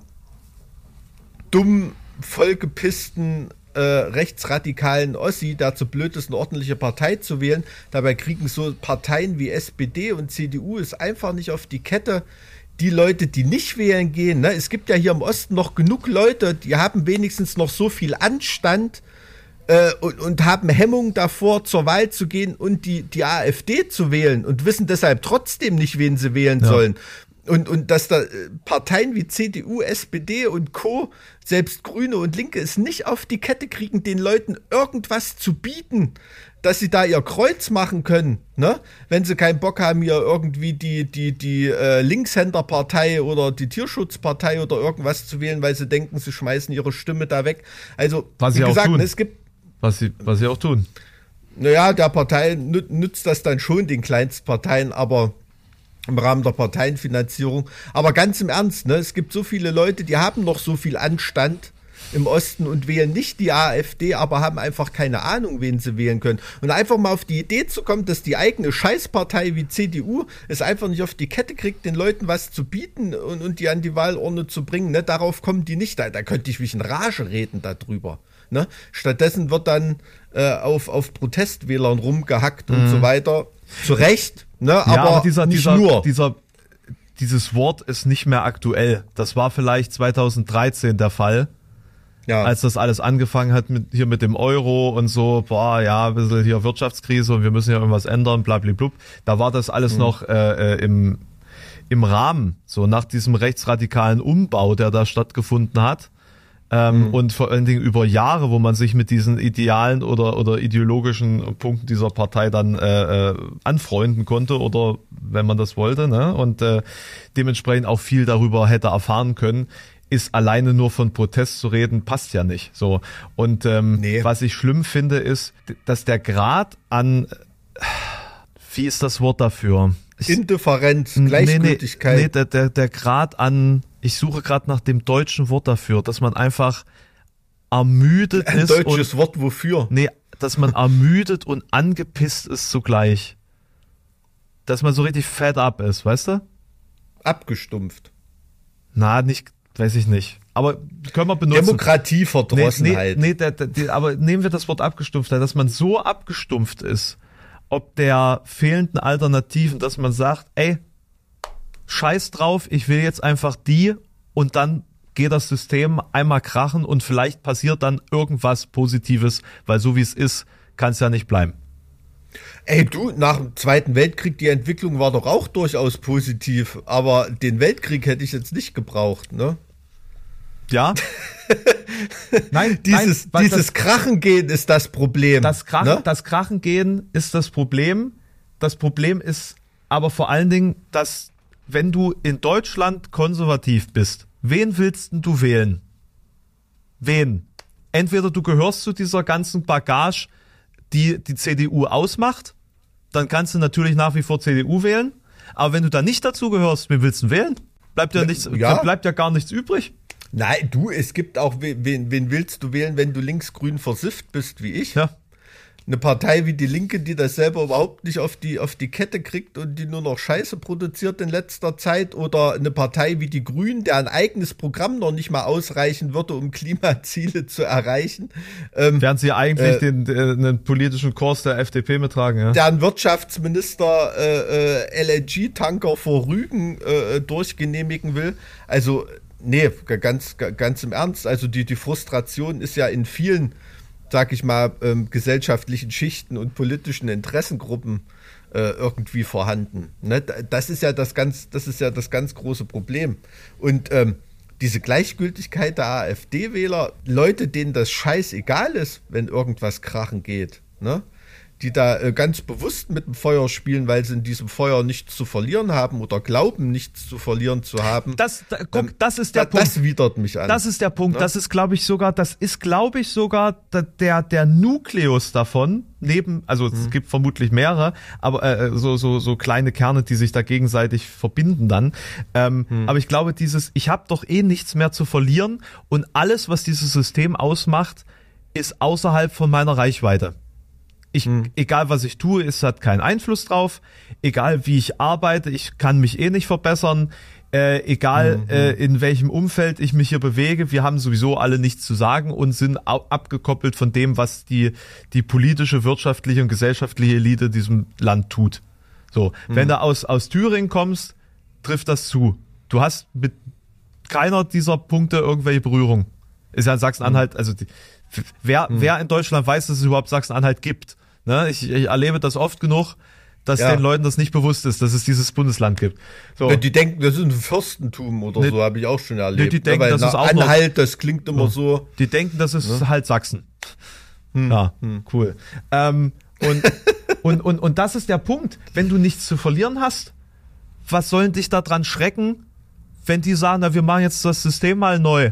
Speaker 3: dumm vollgepissten äh, rechtsradikalen Ossi, der zu blöd ist, eine ordentliche Partei zu wählen. Dabei kriegen so Parteien wie S P D und C D U es einfach nicht auf die Kette. Die Leute, die nicht wählen gehen, ne? Es gibt ja hier im Osten noch genug Leute, die haben wenigstens noch so viel Anstand äh, und, und haben Hemmung davor, zur Wahl zu gehen und die, die AfD zu wählen und wissen deshalb trotzdem nicht, wen sie wählen ja. sollen. Und, und dass da Parteien wie C D U, S P D und Co., selbst Grüne und Linke, es nicht auf die Kette kriegen, den Leuten irgendwas zu bieten, dass sie da ihr Kreuz machen können, ne? Wenn sie keinen Bock haben, hier irgendwie die, die, die äh, Linkshänderpartei oder die Tierschutzpartei oder irgendwas zu wählen, weil sie denken, sie schmeißen ihre Stimme da weg. Also,
Speaker 1: was
Speaker 3: wie
Speaker 1: sie
Speaker 3: gesagt,
Speaker 1: auch tun.
Speaker 3: es gibt...
Speaker 1: Was sie, was sie auch tun.
Speaker 3: Naja, der Partei nü- nützt das dann schon, den Kleinstparteien, aber... im Rahmen der Parteienfinanzierung. Aber ganz im Ernst, ne, es gibt so viele Leute, die haben noch so viel Anstand im Osten und wählen nicht die AfD, aber haben einfach keine Ahnung, wen sie wählen können. Und einfach mal auf die Idee zu kommen, dass die eigene Scheißpartei wie C D U es einfach nicht auf die Kette kriegt, den Leuten was zu bieten und, und die an die Wahlurne zu bringen, ne, darauf kommen die nicht. Da, da könnte ich mich in Rage reden darüber. Ne? Stattdessen wird dann äh, auf, auf Protestwählern rumgehackt und mhm. so weiter. Zu Recht. Ne, aber,
Speaker 1: ja, aber dieser,
Speaker 3: nicht
Speaker 1: dieser,
Speaker 3: nur.
Speaker 1: Dieser, dieses Wort ist nicht mehr aktuell. Das war vielleicht zweitausenddreizehn der Fall, ja. als das alles angefangen hat mit hier mit dem Euro und so, boah, ja, ein bisschen hier Wirtschaftskrise und wir müssen ja irgendwas ändern, blablabla. Da war das alles mhm. noch äh, im, im Rahmen, so nach diesem rechtsradikalen Umbau, der da stattgefunden hat. Ähm, mhm. Und vor allen Dingen über Jahre, wo man sich mit diesen Idealen oder oder ideologischen Punkten dieser Partei dann äh, äh, anfreunden konnte oder wenn man das wollte, ne? Und äh, dementsprechend auch viel darüber hätte erfahren können, ist alleine nur von Protest zu reden, passt ja nicht. So. Und ähm, nee. was ich schlimm finde, ist, dass der Grad an, wie ist das Wort dafür? Ich,
Speaker 3: Indifferenz, Gleichgültigkeit.
Speaker 1: Nee, nee, der, der, der Grad an, ich suche gerade nach dem deutschen Wort dafür, dass man einfach ermüdet
Speaker 3: Ein
Speaker 1: ist.
Speaker 3: Ein deutsches
Speaker 1: und,
Speaker 3: Wort wofür?
Speaker 1: Nee, dass man ermüdet und angepisst ist zugleich. Dass man so richtig fed up ist, weißt du?
Speaker 3: Abgestumpft.
Speaker 1: Na, nicht, weiß ich nicht. Aber können wir benutzen.
Speaker 3: Demokratieverdrossenheit.
Speaker 1: Nee, nee, nee der, der, aber nehmen wir das Wort Abgestumpftheit, dass man so abgestumpft ist, ob der fehlenden Alternativen, dass man sagt, ey, scheiß drauf, ich will jetzt einfach die und dann geht das System einmal krachen und vielleicht passiert dann irgendwas Positives, weil so wie es ist, kann es ja nicht bleiben.
Speaker 3: Ey, du, nach dem Zweiten Weltkrieg, die Entwicklung war doch auch durchaus positiv, aber den Weltkrieg hätte ich jetzt nicht gebraucht, ne?
Speaker 1: Ja. Nein,
Speaker 3: dieses,
Speaker 1: nein,
Speaker 3: dieses
Speaker 1: das,
Speaker 3: Krachengehen ist das Problem.
Speaker 1: Das, Krachen,
Speaker 3: ne?
Speaker 1: das Krachengehen ist das Problem. Das Problem ist aber vor allen Dingen, dass wenn du in Deutschland konservativ bist, wen willst denn du wählen? Wen? Entweder du gehörst zu dieser ganzen Bagage, die die C D U ausmacht, dann kannst du natürlich nach wie vor C D U wählen, aber wenn du da nicht dazu gehörst, wen willst du wählen? Bleibt ja nichts,
Speaker 3: ja.
Speaker 1: bleibt ja gar nichts übrig.
Speaker 3: Nein, du, es gibt auch, wen, wen willst du wählen, wenn du linksgrün versifft bist, wie ich?
Speaker 1: Ja.
Speaker 3: Eine Partei wie die Linke, die das selber überhaupt nicht auf die, auf die Kette kriegt und die nur noch Scheiße produziert in letzter Zeit, oder eine Partei wie die Grünen, deren eigenes Programm noch nicht mal ausreichen würde, um Klimaziele zu erreichen. Ähm,
Speaker 1: Während sie eigentlich äh, den, den, den politischen Kurs der F D P mittragen, ja.
Speaker 3: Deren Wirtschaftsminister äh, äh, L N G-Tanker vor Rügen äh, durchgenehmigen will. Also nee, ganz, ganz im Ernst. Also die, die Frustration ist ja in vielen, sag ich mal, ähm, gesellschaftlichen Schichten und politischen Interessengruppen äh, irgendwie vorhanden. Ne? Das ist ja das ganz, das ist ja das ganz große Problem. Und ähm, diese Gleichgültigkeit der AfD-Wähler, Leute, denen das scheißegal ist, wenn irgendwas krachen geht, ne? Die da äh, ganz bewusst mit dem Feuer spielen, weil sie in diesem Feuer nichts zu verlieren haben oder glauben, nichts zu verlieren zu haben.
Speaker 1: Das, da, guck,
Speaker 3: ähm,
Speaker 1: das ist der
Speaker 3: da,
Speaker 1: Punkt.
Speaker 3: Das widert mich an.
Speaker 1: Das ist der Punkt.
Speaker 3: Ne?
Speaker 1: Das ist, glaube ich, sogar, das ist, glaube ich, sogar der, der, der Nukleus davon, neben, also es mhm. gibt vermutlich mehrere, aber äh, so, so, so kleine Kerne, die sich da gegenseitig verbinden dann. Ähm, mhm. Aber ich glaube, dieses, ich habe doch eh nichts mehr zu verlieren und alles, was dieses System ausmacht, ist außerhalb von meiner Reichweite. Ich, hm. Egal was ich tue, es hat keinen Einfluss drauf. Egal wie ich arbeite, ich kann mich eh nicht verbessern. Äh, egal mhm. äh, in welchem Umfeld ich mich hier bewege, wir haben sowieso alle nichts zu sagen und sind au- abgekoppelt von dem, was die die politische, wirtschaftliche und gesellschaftliche Elite diesem Land tut. So, mhm. wenn du aus aus Thüringen kommst, trifft das zu. Du hast mit keiner dieser Punkte irgendwelche Berührung. Ist ja in Sachsen-Anhalt, mhm. also die, wer mhm. wer in Deutschland weiß, dass es überhaupt Sachsen-Anhalt gibt. Ne, ich, ich erlebe das oft genug, dass ja. den Leuten das nicht bewusst ist, dass es dieses Bundesland gibt. So.
Speaker 3: Die denken, das ist ein Fürstentum oder ne, so, habe ich auch schon erlebt.
Speaker 1: Die denken,
Speaker 3: ja,
Speaker 1: das ist auch
Speaker 3: Anhalt,
Speaker 1: noch,
Speaker 3: das klingt immer so.
Speaker 1: Die denken, das ist ne? halt Sachsen.
Speaker 3: Hm.
Speaker 1: Ja,
Speaker 3: hm.
Speaker 1: cool. Ähm, und, und, und, und das ist der Punkt. Wenn du nichts zu verlieren hast, was sollen dich da dran schrecken, wenn die sagen, na, wir machen jetzt das System mal neu.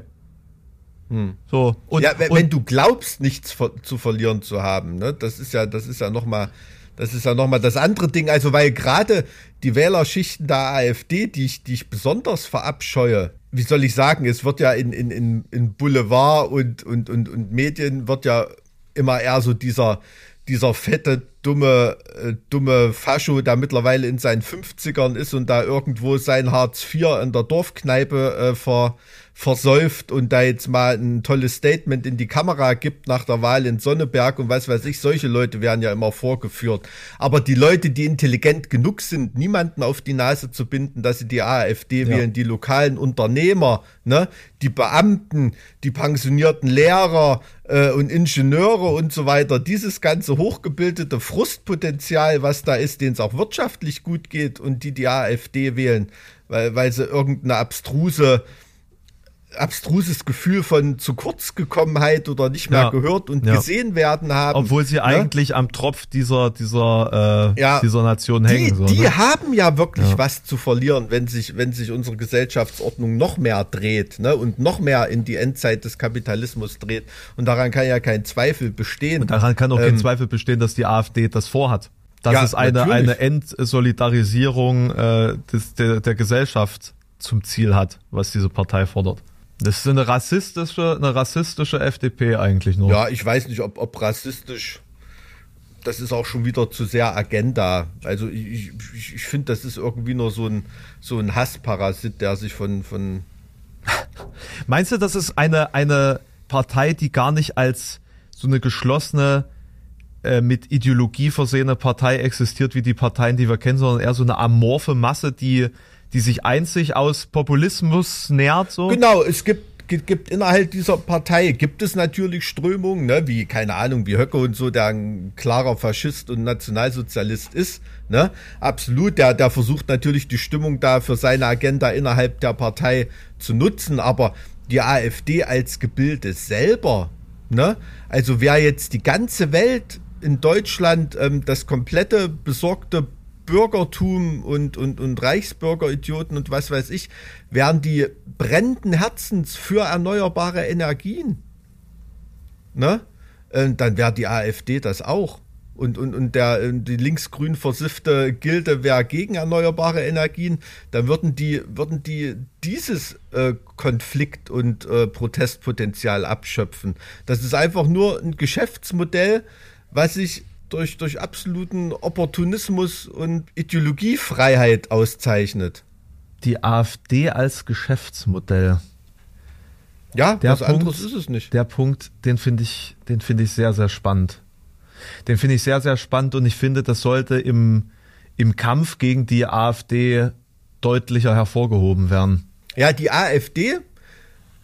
Speaker 3: Hm.
Speaker 1: So, und,
Speaker 3: ja, wenn,
Speaker 1: und,
Speaker 3: wenn du glaubst, nichts ver- zu verlieren zu haben, ne, das ist ja, das ist ja nochmal, das ist ja nochmal das andere Ding, also weil gerade die Wählerschichten der AfD, die ich, die ich besonders verabscheue, wie soll ich sagen, es wird ja in, in, in, in Boulevard und, und, und, und Medien wird ja immer eher so dieser, dieser fette, dumme, äh, dumme Fascho, der mittlerweile in seinen fünfzigern ist und da irgendwo sein Hartz vier in der Dorfkneipe äh, ver, versäuft und da jetzt mal ein tolles Statement in die Kamera gibt nach der Wahl in Sonneberg und was weiß ich, solche Leute werden ja immer vorgeführt. Aber die Leute, die intelligent genug sind, niemanden auf die Nase zu binden, dass sie die AfD ja. wählen, die lokalen Unternehmer, ne, die Beamten, die pensionierten Lehrer äh, und Ingenieure und so weiter, dieses ganze hochgebildete Frustpotenzial, was da ist, denen es auch wirtschaftlich gut geht und die die AfD wählen, weil, weil sie irgendeine abstruse abstruses Gefühl von zu kurz Gekommenheit oder nicht mehr ja, gehört und ja. gesehen werden haben.
Speaker 1: Obwohl sie ne? eigentlich am Tropf dieser dieser äh, ja, dieser Nation hängen.
Speaker 3: Die,
Speaker 1: so,
Speaker 3: die
Speaker 1: ne?
Speaker 3: haben ja wirklich ja. was zu verlieren, wenn sich wenn sich unsere Gesellschaftsordnung noch mehr dreht, ne, und noch mehr in die Endzeit des Kapitalismus dreht. Und daran kann ja kein Zweifel bestehen.
Speaker 1: Und daran kann auch ähm, kein Zweifel bestehen, dass die AfD das vorhat. Dass ja, es eine eine Entsolidarisierung äh, des, der, der Gesellschaft zum Ziel hat, was diese Partei fordert. Das ist eine rassistische, eine rassistische F D P eigentlich nur.
Speaker 3: Ja, ich weiß nicht, ob, ob rassistisch, das ist auch schon wieder zu sehr Agenda. Also ich, ich, ich finde, das ist irgendwie nur so ein, so ein Hassparasit, der sich von, von...
Speaker 1: Meinst du, das ist eine, eine Partei, die gar nicht als so eine geschlossene, äh, mit Ideologie versehene Partei existiert, wie die Parteien, die wir kennen, sondern eher so eine amorphe Masse, die... die sich einzig aus Populismus nährt, so?
Speaker 3: Genau, es gibt, gibt, gibt innerhalb dieser Partei, gibt es natürlich Strömungen, ne, wie, keine Ahnung, wie Höcke und so, der ein klarer Faschist und Nationalsozialist ist, ne, absolut, der, der versucht natürlich die Stimmung da für seine Agenda innerhalb der Partei zu nutzen, aber die AfD als Gebilde selber, ne, also wer jetzt die ganze Welt in Deutschland ähm, das komplette besorgte Bürgertum und, und, und Reichsbürgeridioten und was weiß ich, wären die brennenden Herzens für erneuerbare Energien. Ne? Und dann wäre die AfD das auch. Und, und, und der, die linksgrün versiffte Gilde wäre gegen erneuerbare Energien, dann würden die, würden die dieses äh, Konflikt- und äh, Protestpotenzial abschöpfen. Das ist einfach nur ein Geschäftsmodell, was sich Durch, durch absoluten Opportunismus und Ideologiefreiheit auszeichnet.
Speaker 1: Die AfD als Geschäftsmodell.
Speaker 3: Ja,
Speaker 1: der
Speaker 3: was
Speaker 1: Punkt,
Speaker 3: anderes ist es nicht.
Speaker 1: Der Punkt, den finde ich, den finde ich sehr, sehr spannend. Den finde ich sehr, sehr spannend und ich finde, das sollte im, im Kampf gegen die AfD deutlicher hervorgehoben werden.
Speaker 3: Ja, die AfD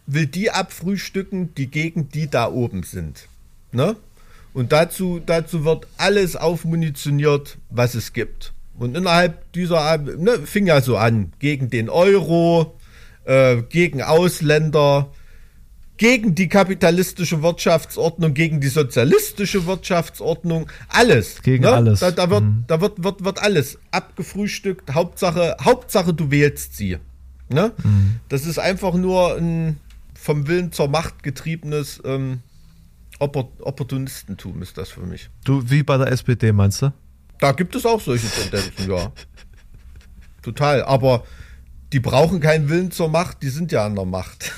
Speaker 3: will die abfrühstücken, die gegen die da oben sind. Ne? Und dazu, dazu wird alles aufmunitioniert, was es gibt. Und innerhalb dieser, ne, fing ja so an, gegen den Euro, äh, gegen Ausländer, gegen die kapitalistische Wirtschaftsordnung, gegen die sozialistische Wirtschaftsordnung, alles.
Speaker 1: Gegen
Speaker 3: ne?
Speaker 1: alles.
Speaker 3: Da, da, wird,
Speaker 1: mhm.
Speaker 3: da wird, wird, wird alles abgefrühstückt. Hauptsache, Hauptsache du wählst sie. Ne? Mhm. Das ist einfach nur ein vom Willen zur Macht getriebenes ähm, Opportunistentum ist das für mich.
Speaker 1: Du, wie bei der S P D, meinst du?
Speaker 3: Da gibt es auch solche Tendenzen, ja. Total, aber die brauchen keinen Willen zur Macht, die sind ja an der Macht.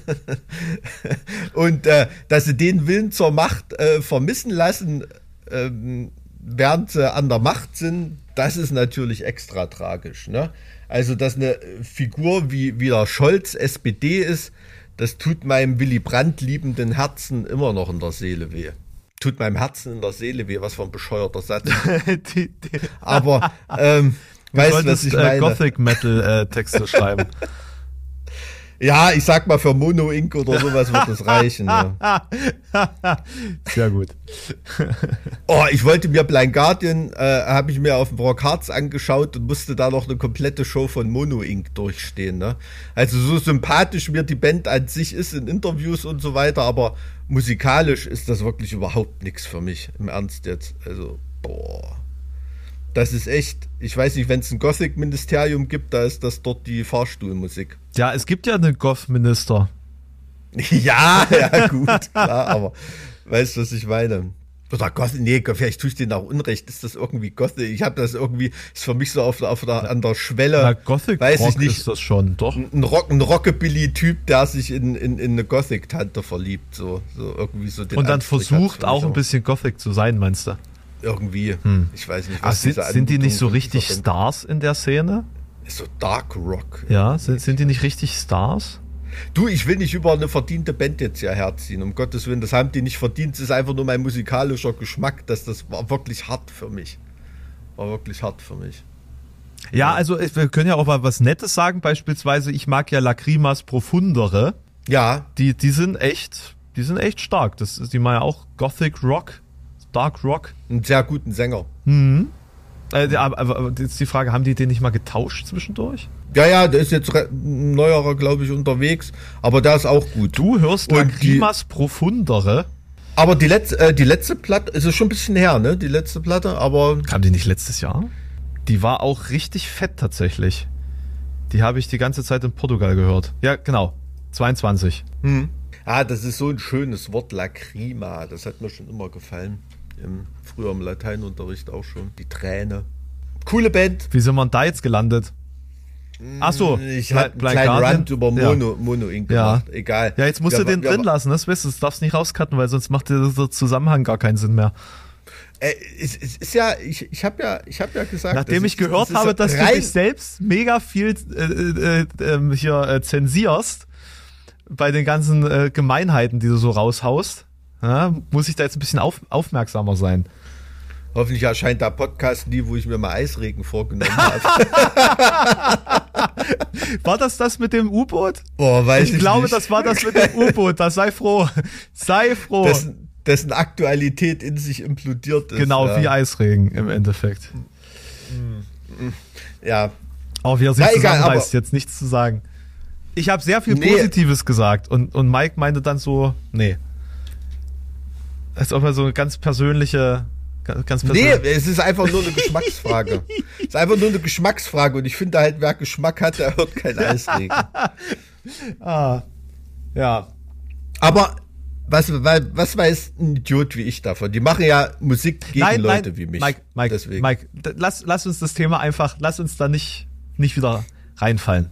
Speaker 3: Und äh, dass sie den Willen zur Macht äh, vermissen lassen, ähm, während sie an der Macht sind, das ist natürlich extra tragisch. Ne? Also, dass eine Figur wie, wie der Scholz S P D ist, das tut meinem Willy Brandt liebenden Herzen immer noch in der Seele weh. Tut meinem Herzen in der Seele weh, was für ein bescheuerter Satz.
Speaker 1: die, die.
Speaker 3: Aber, ähm,
Speaker 1: du
Speaker 3: weißt du,
Speaker 1: was ich meine? Äh, Gothic-Metal-Texte schreiben.
Speaker 3: Ja, ich sag mal, für Mono Inc. oder sowas wird das reichen. Ja.
Speaker 1: Sehr gut.
Speaker 3: Oh, ich wollte mir Blind Guardian, äh, habe ich mir auf dem Rock Hearts angeschaut und musste da noch eine komplette Show von Mono Inc. durchstehen. Ne? Also so sympathisch mir die Band an sich ist in Interviews und so weiter, aber musikalisch ist das wirklich überhaupt nichts für mich, im Ernst jetzt. Also, boah. Das ist echt, ich weiß nicht, wenn es ein Gothic-Ministerium gibt, da ist das dort die Fahrstuhlmusik.
Speaker 1: Ja, es gibt ja einen Goth-Minister.
Speaker 3: Ja, ja, gut, klar, aber weißt du, was ich meine? Oder Gothic, nee, vielleicht tue ich denen auch Unrecht, ist das irgendwie Gothic? Ich habe das irgendwie, ist für mich so auf, auf der, an der Schwelle.
Speaker 1: Na, Gothic
Speaker 3: weiß
Speaker 1: Rock
Speaker 3: ich nicht,
Speaker 1: ist das schon, doch.
Speaker 3: Ein, Rock, ein Rockabilly-Typ, der sich in, in, in eine Gothic-Tante verliebt, so, so irgendwie so den
Speaker 1: und dann
Speaker 3: Anstrich
Speaker 1: versucht auch ein
Speaker 3: auch.
Speaker 1: bisschen Gothic zu sein, meinst du?
Speaker 3: Irgendwie,
Speaker 1: Hm.
Speaker 3: ich weiß nicht,
Speaker 1: Ach,
Speaker 3: was
Speaker 1: sind,
Speaker 3: diese
Speaker 1: sind die nicht so
Speaker 3: Anmutung
Speaker 1: richtig
Speaker 3: dieser Band-
Speaker 1: Stars in der Szene?
Speaker 3: Ist so Dark Rock.
Speaker 1: Ja, sind, sind die nicht richtig Stars?
Speaker 3: Du, ich will nicht über eine verdiente Band jetzt hier herziehen, um Gottes Willen, das haben die nicht verdient, es ist einfach nur mein musikalischer Geschmack, dass das war wirklich hart für mich. War wirklich hart für mich.
Speaker 1: Ja, also wir können ja auch mal was Nettes sagen, beispielsweise, ich mag ja Lacrimas Profundere,
Speaker 3: Ja,
Speaker 1: die, die sind echt, die sind echt stark, das ist, die machen ja auch Gothic Rock, Dark Rock.
Speaker 3: einen sehr guten Sänger.
Speaker 1: Mhm. Äh, die- aber, aber aber jetzt die Frage, haben die den nicht mal getauscht zwischendurch?
Speaker 3: Ja, ja, der ist jetzt re- ein neuerer, glaube ich, unterwegs, aber der ist auch gut.
Speaker 1: Du hörst
Speaker 3: Und
Speaker 1: Lacrimas Profundere?
Speaker 3: Aber die letzte, äh, die letzte Platte, es ist schon ein bisschen her, ne, die letzte Platte, aber
Speaker 1: Kam die nicht letztes Jahr? Die war auch richtig fett tatsächlich. Die habe ich die ganze Zeit in Portugal gehört. Ja, genau. zweiundzwanzig.
Speaker 3: hm. Ah, das ist so ein schönes Wort, Lacrima, das hat mir schon immer gefallen. Im, früher im Lateinunterricht auch schon. Die Träne. Coole Band.
Speaker 1: Wie sind wir denn da jetzt gelandet? Ach so,
Speaker 3: Ich
Speaker 1: Bli-
Speaker 3: habe einen
Speaker 1: Blind
Speaker 3: kleinen
Speaker 1: Guardian.
Speaker 3: Rant über
Speaker 1: Ja.
Speaker 3: Mono, Mono Inc.
Speaker 1: Ja.
Speaker 3: gemacht. Egal.
Speaker 1: Ja, jetzt musst
Speaker 3: Wir-
Speaker 1: du den
Speaker 3: wir-
Speaker 1: drin lassen, das weißt du, das darfst nicht rauscutten, weil sonst macht der der Zusammenhang gar keinen Sinn mehr.
Speaker 3: Äh, es, es ist ja, ich, ich habe ja, ich habe ja gesagt,
Speaker 1: Nachdem
Speaker 3: das
Speaker 1: ich
Speaker 3: ist-
Speaker 1: gehört
Speaker 3: ist
Speaker 1: habe, dass du
Speaker 3: rein-
Speaker 1: dich selbst mega viel äh, äh, äh, hier äh, zensierst bei den ganzen äh, Gemeinheiten, die du so raushaust, ja, muss ich da jetzt ein bisschen auf, aufmerksamer sein.
Speaker 3: Hoffentlich erscheint der Podcast nie, wo ich mir mal Eisregen vorgenommen habe.
Speaker 1: War das das mit dem U-Boot?
Speaker 3: Boah, weiß ich,
Speaker 1: Ich glaube,
Speaker 3: nicht.
Speaker 1: das war das mit dem U-Boot. Da sei froh. Sei froh.
Speaker 3: dessen, dessen Aktualität in sich implodiert ist.
Speaker 1: Genau,
Speaker 3: ja.
Speaker 1: wie Eisregen im Endeffekt.
Speaker 3: Ja,
Speaker 1: Auch wie er sich
Speaker 3: Ja, egal,
Speaker 1: zusammenreißt,
Speaker 3: aber-
Speaker 1: jetzt nichts zu sagen. Ich habe sehr viel
Speaker 3: Nee.
Speaker 1: Positives gesagt und, und Mike meinte dann so, nee. Als ob er so eine ganz persönliche, ganz, ganz
Speaker 3: nee,
Speaker 1: persönliche...
Speaker 3: es ist einfach nur eine Geschmacksfrage. Es ist einfach nur eine Geschmacksfrage und ich finde halt, wer Geschmack hat, der hört kein Eisregen.
Speaker 1: Ah, ja.
Speaker 3: Aber was, was, was weiß ein Idiot wie ich davon? Die machen ja Musik gegen
Speaker 1: Nein,
Speaker 3: Leute
Speaker 1: nein,
Speaker 3: wie mich.
Speaker 1: Mike, Mike,
Speaker 3: Deswegen.
Speaker 1: Mike, d- lass, lass uns das Thema einfach, lass uns da nicht, nicht wieder reinfallen.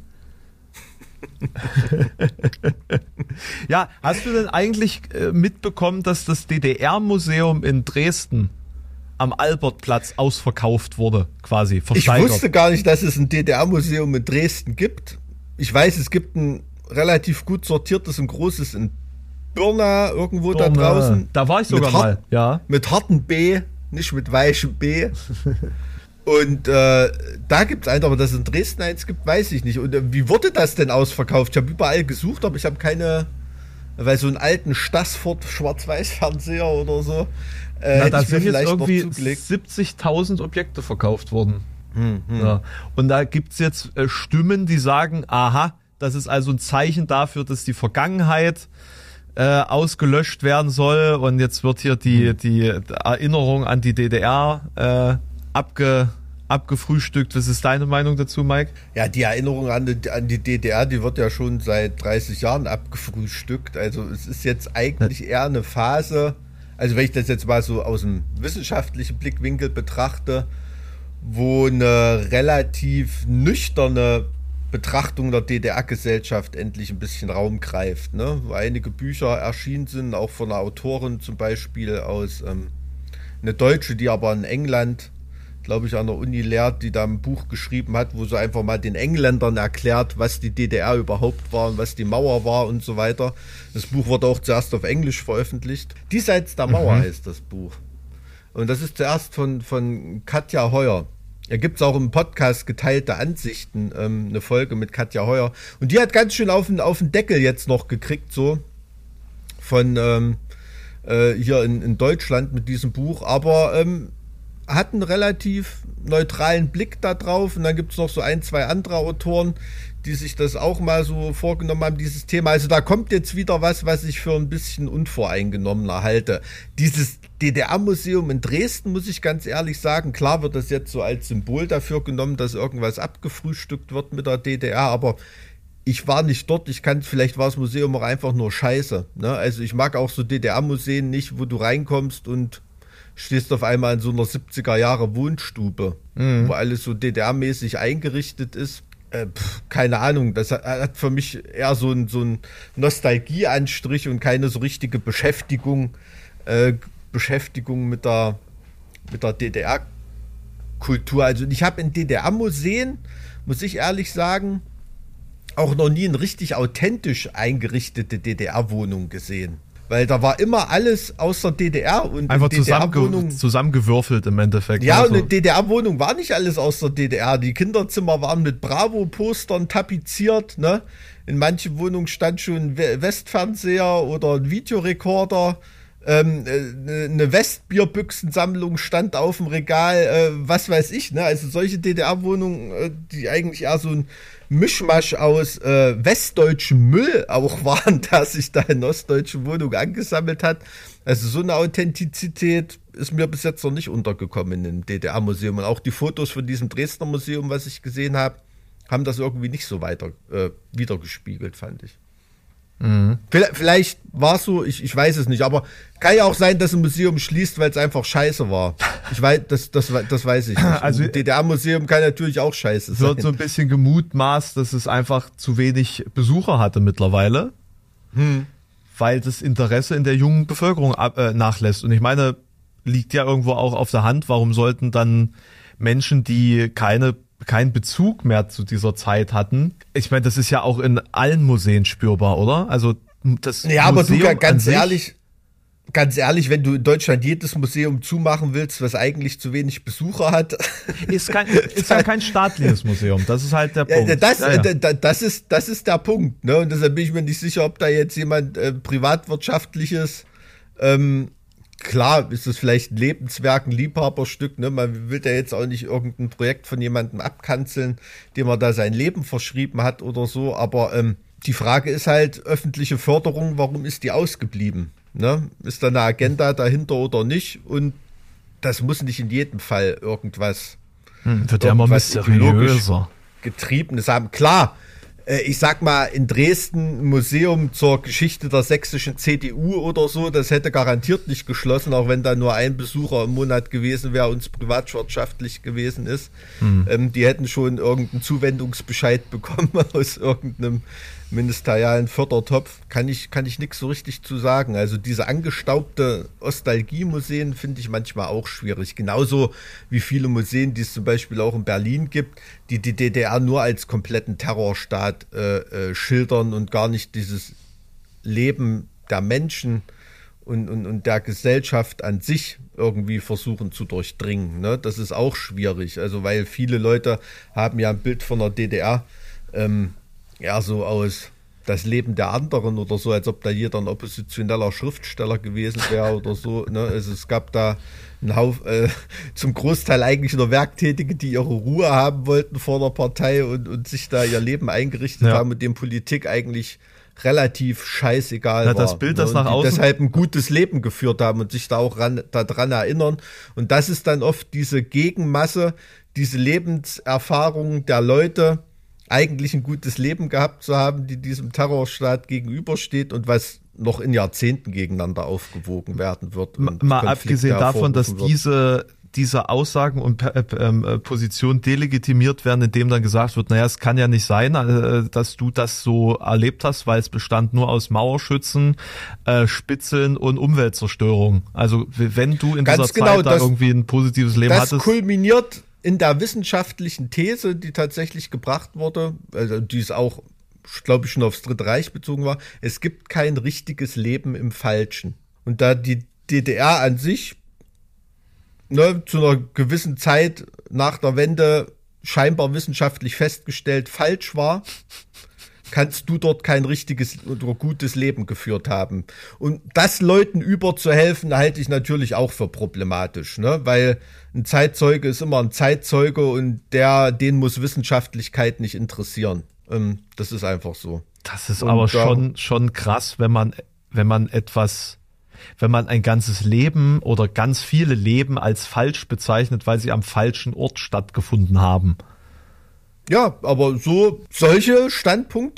Speaker 1: Ja, hast du denn eigentlich äh, mitbekommen, dass das D D R-Museum in Dresden am Albertplatz ausverkauft wurde, quasi
Speaker 3: Ich
Speaker 1: versteigert?
Speaker 3: wusste gar nicht, dass es ein D D R-Museum in Dresden gibt. Ich weiß, es gibt ein relativ gut sortiertes und großes in Birna, irgendwo da
Speaker 1: Birna.
Speaker 3: draußen.
Speaker 1: Da war ich
Speaker 3: Mit
Speaker 1: sogar
Speaker 3: hart-
Speaker 1: mal, ja.
Speaker 3: Mit harten B, nicht mit weichem B. Und äh, da gibt es eins, aber dass es in Dresden eins gibt, weiß ich nicht. Und äh, wie wurde das denn ausverkauft? Ich habe überall gesucht, aber ich habe keine, weil so einen alten Stassfurt Schwarz-Weiß-Fernseher oder so. Äh,
Speaker 1: Na, da sind jetzt irgendwie siebzigtausend Objekte verkauft worden. Hm, hm. Ja. Und da gibt's jetzt äh, Stimmen, die sagen, aha, das ist also ein Zeichen dafür, dass die Vergangenheit äh, ausgelöscht werden soll. Und jetzt wird hier die, hm. die Erinnerung an die D D R äh, abge, abgefrühstückt. Was ist deine Meinung dazu, Mike?
Speaker 3: Ja, die Erinnerung an die, an die D D R, die wird ja schon seit dreißig Jahren abgefrühstückt. Also es ist jetzt eigentlich eher eine Phase, also wenn ich das jetzt mal so aus dem wissenschaftlichen Blickwinkel betrachte, wo eine relativ nüchterne Betrachtung der D D R-Gesellschaft endlich ein bisschen Raum greift. Ne? Wo einige Bücher erschienen sind, auch von einer Autorin zum Beispiel aus, ähm, eine Deutsche, die aber in England, glaube ich, an der Uni lehrt, die da ein Buch geschrieben hat, wo sie einfach mal den Engländern erklärt, was die D D R überhaupt war und was die Mauer war und so weiter. Das Buch wurde auch zuerst auf Englisch veröffentlicht. Diesseits der Mauer mhm. heißt das Buch. Und das ist zuerst von, von Katja Heuer. Da gibt es auch im Podcast Geteilte Ansichten, ähm, eine Folge mit Katja Heuer. Und die hat ganz schön auf den, auf den Deckel jetzt noch gekriegt, so von ähm, äh, hier in, in Deutschland mit diesem Buch. Aber ähm, hat einen relativ neutralen Blick da drauf. Und dann gibt es noch so ein, zwei andere Autoren, die sich das auch mal so vorgenommen haben, dieses Thema. Also da kommt jetzt wieder was, was ich für ein bisschen unvoreingenommener halte. Dieses D D R-Museum in Dresden, muss ich ganz ehrlich sagen, klar wird das jetzt so als Symbol dafür genommen, dass irgendwas abgefrühstückt wird mit der D D R, aber ich war nicht dort, ich kann, vielleicht war das Museum auch einfach nur scheiße. Ne? Also ich mag auch so D D R-Museen nicht, wo du reinkommst und stehst auf einmal in so einer siebziger Jahre Wohnstube, mhm. wo alles so D D R-mäßig eingerichtet ist. Äh, pf, keine Ahnung, das hat, hat für mich eher so ein, so ein Nostalgieanstrich und keine so richtige Beschäftigung, äh, Beschäftigung mit der, mit der D D R-Kultur. Also ich habe in D D R-Museen, muss ich ehrlich sagen, auch noch nie eine richtig authentisch eingerichtete D D R-Wohnung gesehen. Weil da war immer alles aus der D D R und
Speaker 1: einfach zusammenge- zusammengewürfelt im Endeffekt.
Speaker 3: Ja, also. Und eine D D R-Wohnung war nicht alles aus der D D R. Die Kinderzimmer waren mit Bravo-Postern tapeziert. Ne? In manchen Wohnungen stand schon ein Westfernseher oder ein Videorekorder. Ähm, eine Westbierbüchsensammlung stand auf dem Regal, äh, was weiß ich. Ne? Also solche D D R-Wohnungen, äh, die eigentlich eher so ein Mischmasch aus äh, westdeutschem Müll auch waren, der sich da in ostdeutschen Wohnungen angesammelt hat. Also so eine Authentizität ist mir bis jetzt noch nicht untergekommen in dem D D R-Museum. Und auch die Fotos von diesem Dresdner Museum, was ich gesehen habe, haben das irgendwie nicht so weiter äh, wiedergespiegelt, fand ich. Mhm. Vielleicht, vielleicht war es so, ich, ich weiß es nicht, aber kann ja auch sein, dass ein Museum schließt, weil es einfach scheiße war. Ich weiß, das, das, das weiß ich nicht.
Speaker 1: Also
Speaker 3: ein D D R-Museum kann natürlich auch scheiße sein.
Speaker 1: Wird so ein bisschen gemutmaßt, dass es einfach zu wenig Besucher hatte mittlerweile, hm. weil das Interesse in der jungen Bevölkerung ab, äh, nachlässt. Und ich meine, liegt ja irgendwo auch auf der Hand, warum sollten dann Menschen, die keine keinen Bezug mehr zu dieser Zeit hatten. Ich meine, das ist ja auch in allen Museen spürbar, oder? Also das
Speaker 3: Ja, aber
Speaker 1: Museum
Speaker 3: du, ganz ehrlich, ganz ehrlich, wenn du in Deutschland jedes Museum zumachen willst, was eigentlich zu wenig Besucher hat.
Speaker 1: Ist, kein, ist ja kein staatliches Museum, das ist halt der Punkt.
Speaker 3: Ja, das,
Speaker 1: ja, ja.
Speaker 3: das, ist, das ist der Punkt. Ne? Und deshalb bin ich mir nicht sicher, ob da jetzt jemand äh, privatwirtschaftliches ähm, klar ist es vielleicht ein Lebenswerk, ein Liebhaberstück, ne? Man will da jetzt auch nicht irgendein Projekt von jemandem abkanzeln, dem er da sein Leben verschrieben hat oder so, aber ähm, die Frage ist halt, öffentliche Förderung, warum ist die ausgeblieben? Ne? Ist da eine Agenda dahinter oder nicht? Und das muss nicht in jedem Fall irgendwas,
Speaker 1: hm, wird ja immer mysteriöser
Speaker 3: Getriebenes haben. Klar, ich sag mal, in Dresden ein Museum zur Geschichte der sächsischen C D U oder so, das hätte garantiert nicht geschlossen, auch wenn da nur ein Besucher im Monat gewesen wäre und es privatwirtschaftlich gewesen ist. Mhm. Ähm, die hätten schon irgendeinen Zuwendungsbescheid bekommen aus irgendeinem ministerialen Fördertopf. Kann ich, kann ich nichts so richtig zu sagen. Also diese angestaubte Nostalgie-Museen finde ich manchmal auch schwierig. Genauso wie viele Museen, die es zum Beispiel auch in Berlin gibt, die die D D R nur als kompletten Terrorstaat äh, äh, schildern und gar nicht dieses Leben der Menschen und, und, und der Gesellschaft an sich irgendwie versuchen zu durchdringen. Ne? Das ist auch schwierig, also weil viele Leute haben ja ein Bild von der D D R ähm, ja so aus das Leben der anderen oder so, als ob da jeder ein oppositioneller Schriftsteller gewesen wäre oder so. Ne? Also es gab da einen Haufen, äh, zum Großteil eigentlich nur Werktätige, die ihre Ruhe haben wollten vor der Partei und, und sich da ihr Leben eingerichtet ja. haben und dem Politik eigentlich relativ scheißegal
Speaker 1: ja,
Speaker 3: war.
Speaker 1: Das Bild, das
Speaker 3: ne?
Speaker 1: nach außen
Speaker 3: deshalb ein gutes Leben geführt haben und sich da auch ran, daran erinnern. Und das ist dann oft diese Gegenmasse, diese Lebenserfahrung der Leute, eigentlich ein gutes Leben gehabt zu haben, die diesem Terrorstaat gegenübersteht und was noch in Jahrzehnten gegeneinander aufgewogen werden wird.
Speaker 1: Mal Konflikte abgesehen davon, dass wird. diese diese Aussagen und äh, äh, Positionen delegitimiert werden, indem dann gesagt wird, naja, es kann ja nicht sein, äh, dass du das so erlebt hast, weil es bestand nur aus Mauerschützen, äh, Spitzeln und Umweltzerstörung. Also wenn du in
Speaker 3: Ganz
Speaker 1: dieser
Speaker 3: genau,
Speaker 1: Zeit da
Speaker 3: das,
Speaker 1: irgendwie ein positives Leben
Speaker 3: das
Speaker 1: hattest.
Speaker 3: Das kulminiert in der wissenschaftlichen These, die tatsächlich gebracht wurde, also die ist auch, glaube ich, schon aufs Dritte Reich bezogen war, es gibt kein richtiges Leben im Falschen. Und da die D D R an sich ne, zu einer gewissen Zeit nach der Wende scheinbar wissenschaftlich festgestellt falsch war, kannst du dort kein richtiges oder gutes Leben geführt haben. Und das Leuten überzuhelfen, halte ich natürlich auch für problematisch, ne? Weil ein Zeitzeuge ist immer ein Zeitzeuge und der, den muss Wissenschaftlichkeit nicht interessieren. Ähm, das ist einfach so.
Speaker 1: Das ist
Speaker 3: und
Speaker 1: aber
Speaker 3: da,
Speaker 1: schon, schon krass, wenn man, wenn man etwas, wenn man ein ganzes Leben oder ganz viele Leben als falsch bezeichnet, weil sie am falschen Ort stattgefunden haben.
Speaker 3: Ja, aber so solche Standpunkte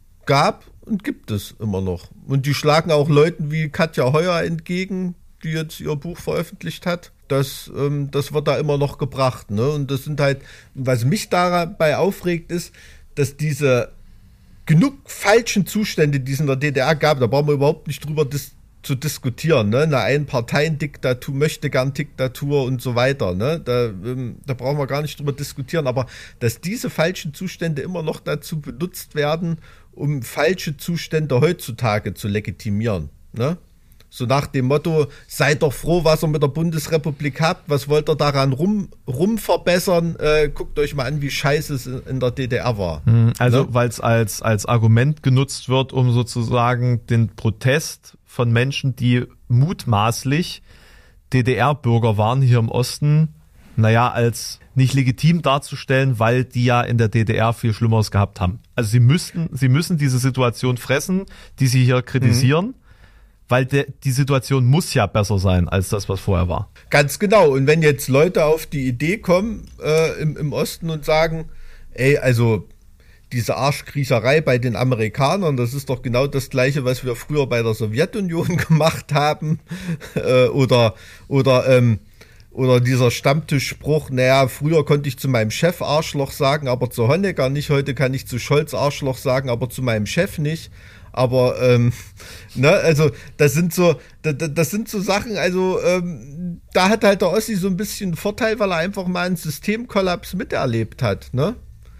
Speaker 3: gab und gibt es immer noch. Und die schlagen auch Leuten wie Katja Heuer entgegen, die jetzt ihr Buch veröffentlicht hat. Das, ähm, das wird da immer noch gebracht. Ne? Und das sind halt, was mich dabei aufregt, ist, dass diese genug falschen Zustände, die es in der D D R gab, da brauchen wir überhaupt nicht drüber dis- zu diskutieren, ne? Eine Einparteiendiktatur, möchte gern Diktatur und so weiter, ne? Da, ähm, da brauchen wir gar nicht drüber diskutieren, aber dass diese falschen Zustände immer noch dazu benutzt werden, um falsche Zustände heutzutage zu legitimieren, ne? So nach dem Motto, seid doch froh, was ihr mit der Bundesrepublik habt, was wollt ihr daran rum, rumverbessern, äh, guckt euch mal an, wie scheiße es in der D D R war.
Speaker 1: Also,
Speaker 3: ne?
Speaker 1: weil es als, als Argument genutzt wird, um sozusagen den Protest von Menschen, die mutmaßlich D D R-Bürger waren hier im Osten, naja, als nicht legitim darzustellen, weil die ja in der D D R viel Schlimmeres gehabt haben. Also sie müssten, sie müssen diese Situation fressen, die sie hier kritisieren, mhm. weil de, die Situation muss ja besser sein als das, was vorher war.
Speaker 3: Ganz genau. Und wenn jetzt Leute auf die Idee kommen äh, im, im Osten und sagen, ey, also diese Arschkriecherei bei den Amerikanern, das ist doch genau das Gleiche, was wir früher bei der Sowjetunion gemacht haben. Äh, oder oder ähm, oder dieser Stammtischspruch, naja, früher konnte ich zu meinem Chef Arschloch sagen, aber zu Honecker nicht. Heute kann ich zu Scholz Arschloch sagen, aber zu meinem Chef nicht. Aber, ähm, ne, also, das sind so, das, das sind so Sachen, also, ähm, da hat halt der Ossi so ein bisschen einen Vorteil, weil er einfach mal einen Systemkollaps miterlebt hat, ne?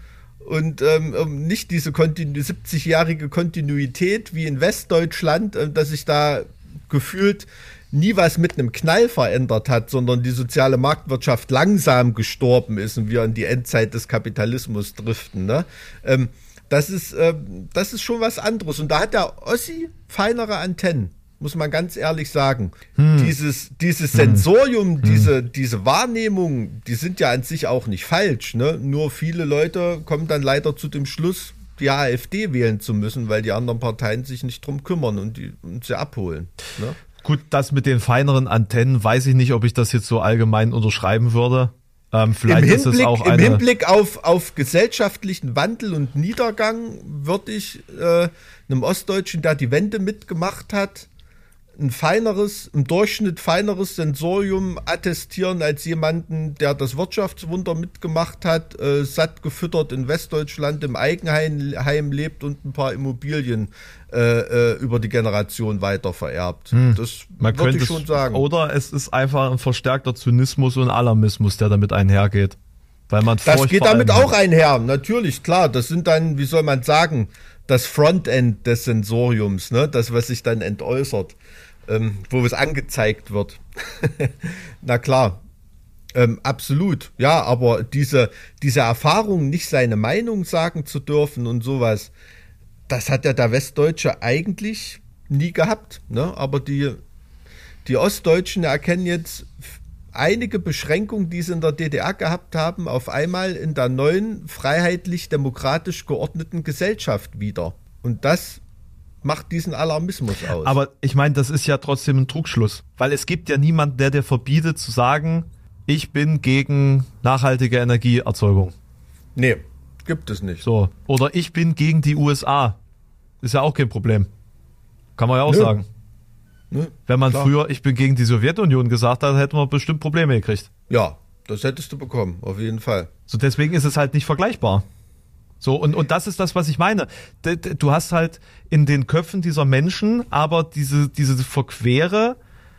Speaker 3: Und ähm, nicht diese kontinu- siebzigjährige Kontinuität wie in Westdeutschland, äh, dass sich da gefühlt nie was mit einem Knall verändert hat, sondern die soziale Marktwirtschaft langsam gestorben ist und wir in die Endzeit des Kapitalismus driften, ne? Ähm, Das ist, äh, das ist schon was anderes. Und da hat der Ossi feinere Antennen, muss man ganz ehrlich sagen. Hm. Dieses, dieses Sensorium, hm. diese, diese Wahrnehmung, die sind ja an sich auch nicht falsch, ne? Nur viele Leute kommen dann leider zu dem Schluss, die AfD wählen zu müssen, weil die anderen Parteien sich nicht drum kümmern und, die, und sie abholen. Ne?
Speaker 1: Gut, das mit den feineren Antennen, weiß ich nicht, ob ich das jetzt so allgemein unterschreiben würde. Ähm, vielleicht
Speaker 3: Im
Speaker 1: ist
Speaker 3: Hinblick,
Speaker 1: es auch
Speaker 3: im
Speaker 1: eine
Speaker 3: Hinblick auf, auf gesellschaftlichen Wandel und Niedergang würde ich äh, einem Ostdeutschen, der die Wende mitgemacht hat, ein feineres, im Durchschnitt feineres Sensorium attestieren als jemanden, der das Wirtschaftswunder mitgemacht hat, äh, satt gefüttert in Westdeutschland im Eigenheim lebt und ein paar Immobilien äh, äh, über die Generation weiter vererbt.
Speaker 1: Hm.
Speaker 3: Das
Speaker 1: Man
Speaker 3: würde
Speaker 1: könnte
Speaker 3: ich schon sagen.
Speaker 1: Oder es ist einfach ein verstärkter Zynismus und Alarmismus, der damit einhergeht. Weil man
Speaker 3: das geht damit auch einher, natürlich, klar. Das sind dann, wie soll man sagen, das Frontend des Sensoriums, ne? Das, was sich dann entäußert. ähm, wo es angezeigt wird. Na klar, ähm, absolut. Ja, aber diese, diese Erfahrung, nicht seine Meinung sagen zu dürfen und sowas, das hat ja der Westdeutsche eigentlich nie gehabt. Ne? Aber die, die Ostdeutschen erkennen jetzt einige Beschränkungen, die sie in der D D R gehabt haben, auf einmal in der neuen, freiheitlich-demokratisch geordneten Gesellschaft wieder. Und das macht diesen Alarmismus aus.
Speaker 1: Aber ich meine, das ist ja trotzdem ein Trugschluss. Weil es gibt ja niemanden, der dir verbietet zu sagen, ich bin gegen nachhaltige Energieerzeugung.
Speaker 3: Nee, gibt es nicht.
Speaker 1: So. Oder ich bin gegen die U S A. Ist ja auch kein Problem. Kann man ja auch
Speaker 3: Nö.
Speaker 1: sagen.
Speaker 3: Nö,
Speaker 1: Wenn man
Speaker 3: klar.
Speaker 1: früher, ich bin gegen die Sowjetunion gesagt hat, hätten wir bestimmt Probleme gekriegt.
Speaker 3: Ja, das hättest du bekommen, auf jeden Fall.
Speaker 1: So, deswegen ist es halt nicht vergleichbar. So, und, und das ist das, was ich meine. D- d- Du hast halt in den Köpfen dieser Menschen aber diese, diese verquere,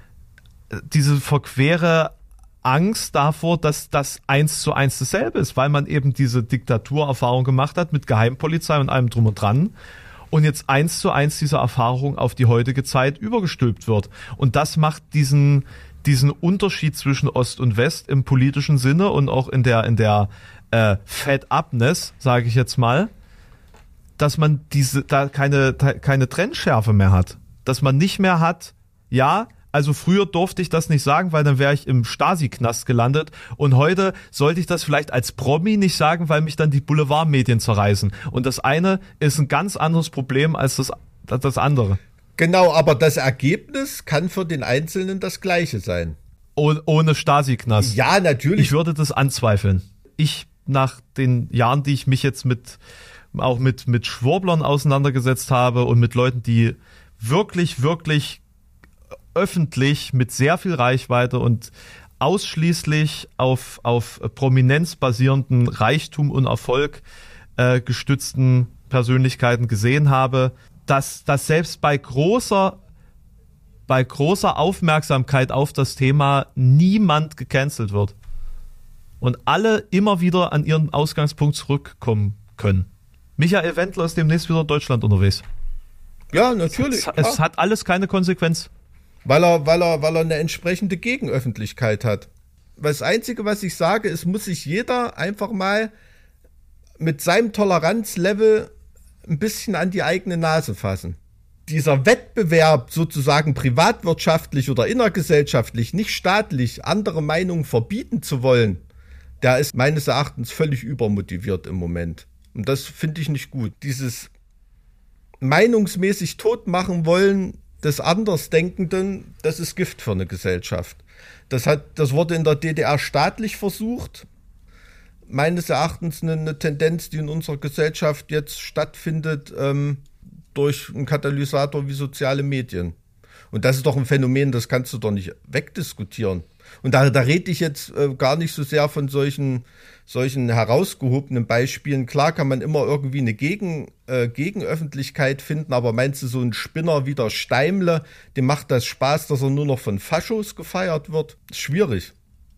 Speaker 1: diese verquere Angst davor, dass das eins zu eins dasselbe ist, weil man eben diese Diktaturerfahrung gemacht hat mit Geheimpolizei und allem drum und dran und jetzt eins zu eins diese Erfahrung auf die heutige Zeit übergestülpt wird. Und das macht diesen, diesen Unterschied zwischen Ost und West im politischen Sinne und auch in der, in der äh, Fed-Upness, sage ich jetzt mal, dass man diese, da keine, keine Trennschärfe mehr hat. Dass man nicht mehr hat, ja, also früher durfte ich das nicht sagen, weil dann wäre ich im Stasi-Knast gelandet. Und heute sollte ich das vielleicht als Promi nicht sagen, weil mich dann die Boulevardmedien zerreißen. Und das eine ist ein ganz anderes Problem als das, das andere.
Speaker 3: Genau, aber das Ergebnis kann für den Einzelnen das gleiche sein.
Speaker 1: Oh, ohne Stasi-Knast.
Speaker 3: Ja, natürlich.
Speaker 1: Ich würde das anzweifeln. Ich, nach den Jahren, die ich mich jetzt mit, auch mit, mit Schwurblern auseinandergesetzt habe und mit Leuten, die wirklich, wirklich öffentlich mit sehr viel Reichweite und ausschließlich auf, auf Prominenz basierenden Reichtum und Erfolg äh, gestützten Persönlichkeiten gesehen habe, dass, dass selbst bei großer, bei großer Aufmerksamkeit auf das Thema niemand gecancelt wird. Und alle immer wieder an ihren Ausgangspunkt zurückkommen können. Michael Wendler ist demnächst wieder in Deutschland unterwegs.
Speaker 3: Ja, natürlich.
Speaker 1: Es, es hat alles keine Konsequenz.
Speaker 3: Weil er, weil er, weil er eine entsprechende Gegenöffentlichkeit hat. Das Einzige, was ich sage, ist, muss sich jeder einfach mal mit seinem Toleranzlevel ein bisschen an die eigene Nase fassen. Dieser Wettbewerb sozusagen privatwirtschaftlich oder innergesellschaftlich, nicht staatlich, andere Meinungen verbieten zu wollen, der ist meines Erachtens völlig übermotiviert im Moment. Und das finde ich nicht gut. Dieses meinungsmäßig totmachen wollen des Andersdenkenden, das ist Gift für eine Gesellschaft. Das hat, das wurde in der D D R staatlich versucht. Meines Erachtens eine, eine Tendenz, die in unserer Gesellschaft jetzt stattfindet, ähm, durch einen Katalysator wie soziale Medien. Und das ist doch ein Phänomen, das kannst du doch nicht wegdiskutieren. Und da, da rede ich jetzt äh, gar nicht so sehr von solchen, solchen herausgehobenen Beispielen. Klar kann man immer irgendwie eine Gegen, äh, Gegenöffentlichkeit finden, aber meinst du, so ein Spinner wie der Steimle, dem macht das Spaß, dass er nur noch von Faschos gefeiert wird? Ist schwierig.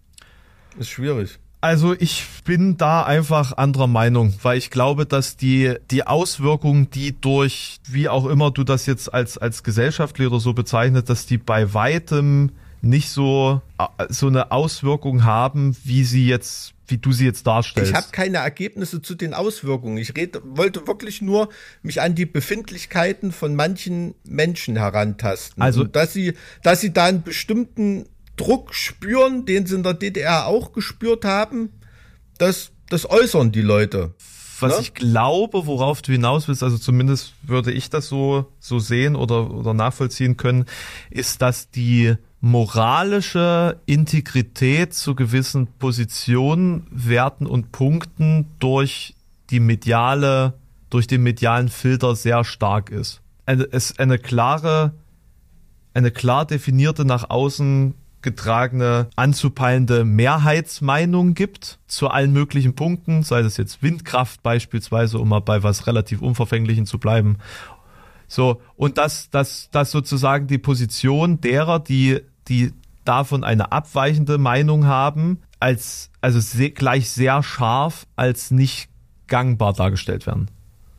Speaker 3: Ist schwierig.
Speaker 1: Also ich bin da einfach anderer Meinung, weil ich glaube, dass die die Auswirkungen, die durch, wie auch immer du das jetzt als als gesellschaftlich oder so bezeichnet, dass die bei weitem nicht so so eine Auswirkung haben, wie sie jetzt, wie du sie jetzt darstellst.
Speaker 3: Ich habe keine Ergebnisse zu den Auswirkungen. Ich rede, wollte wirklich nur mich an die Befindlichkeiten von manchen Menschen herantasten.
Speaker 1: Also,
Speaker 3: und dass sie, dass sie da einen bestimmten Druck spüren, den sie in der D D R auch gespürt haben, das, das äußern die Leute.
Speaker 1: Was
Speaker 3: ne?
Speaker 1: ich glaube, worauf du hinaus willst, also zumindest würde ich das so, so sehen oder, oder nachvollziehen können, ist, dass die moralische Integrität zu gewissen Positionen, Werten und Punkten durch die mediale, durch den medialen Filter sehr stark ist. Eine, es eine klare, eine klar definierte nach außen getragene, anzupeilende Mehrheitsmeinung gibt zu allen möglichen Punkten, sei das jetzt Windkraft beispielsweise, um mal bei was relativ Unverfänglichem zu bleiben. So, und dass das, das sozusagen die Position derer, die, die davon eine abweichende Meinung haben, als, also sehr, gleich sehr scharf als nicht gangbar dargestellt werden.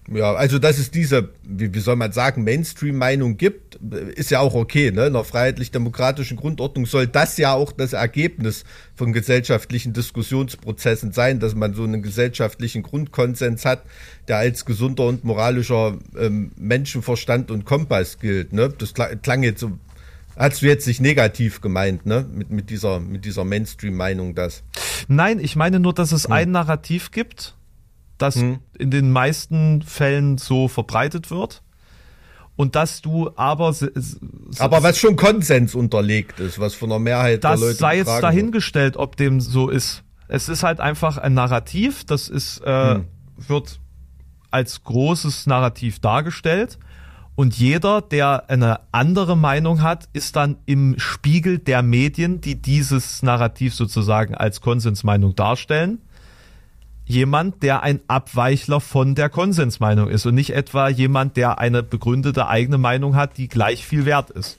Speaker 3: Ja, also dass es diese, wie, wie soll man sagen, Mainstream-Meinung gibt, ist ja auch okay. Ne? In einer freiheitlich-demokratischen Grundordnung soll das ja auch das Ergebnis von gesellschaftlichen Diskussionsprozessen sein, dass man so einen gesellschaftlichen Grundkonsens hat, der als gesunder und moralischer ähm, Menschenverstand und Kompass gilt. Ne? Das klang jetzt so, hast du jetzt nicht negativ gemeint, ne? Mit, mit dieser, mit dieser Mainstream-Meinung das?
Speaker 1: Nein, ich meine nur, dass es hm. ein Narrativ gibt, das hm. in den meisten Fällen so verbreitet wird und dass du aber...
Speaker 3: Aber was schon Konsens unterlegt ist, was von der Mehrheit der Leute
Speaker 1: das sei jetzt
Speaker 3: getragen
Speaker 1: dahingestellt, ob dem so ist. Es ist halt einfach ein Narrativ, das ist äh, hm. wird als großes Narrativ dargestellt und jeder, der eine andere Meinung hat, ist dann im Spiegel der Medien, die dieses Narrativ sozusagen als Konsensmeinung darstellen, jemand, der ein Abweichler von der Konsensmeinung ist und nicht etwa jemand, der eine begründete eigene Meinung hat, die gleich viel wert ist.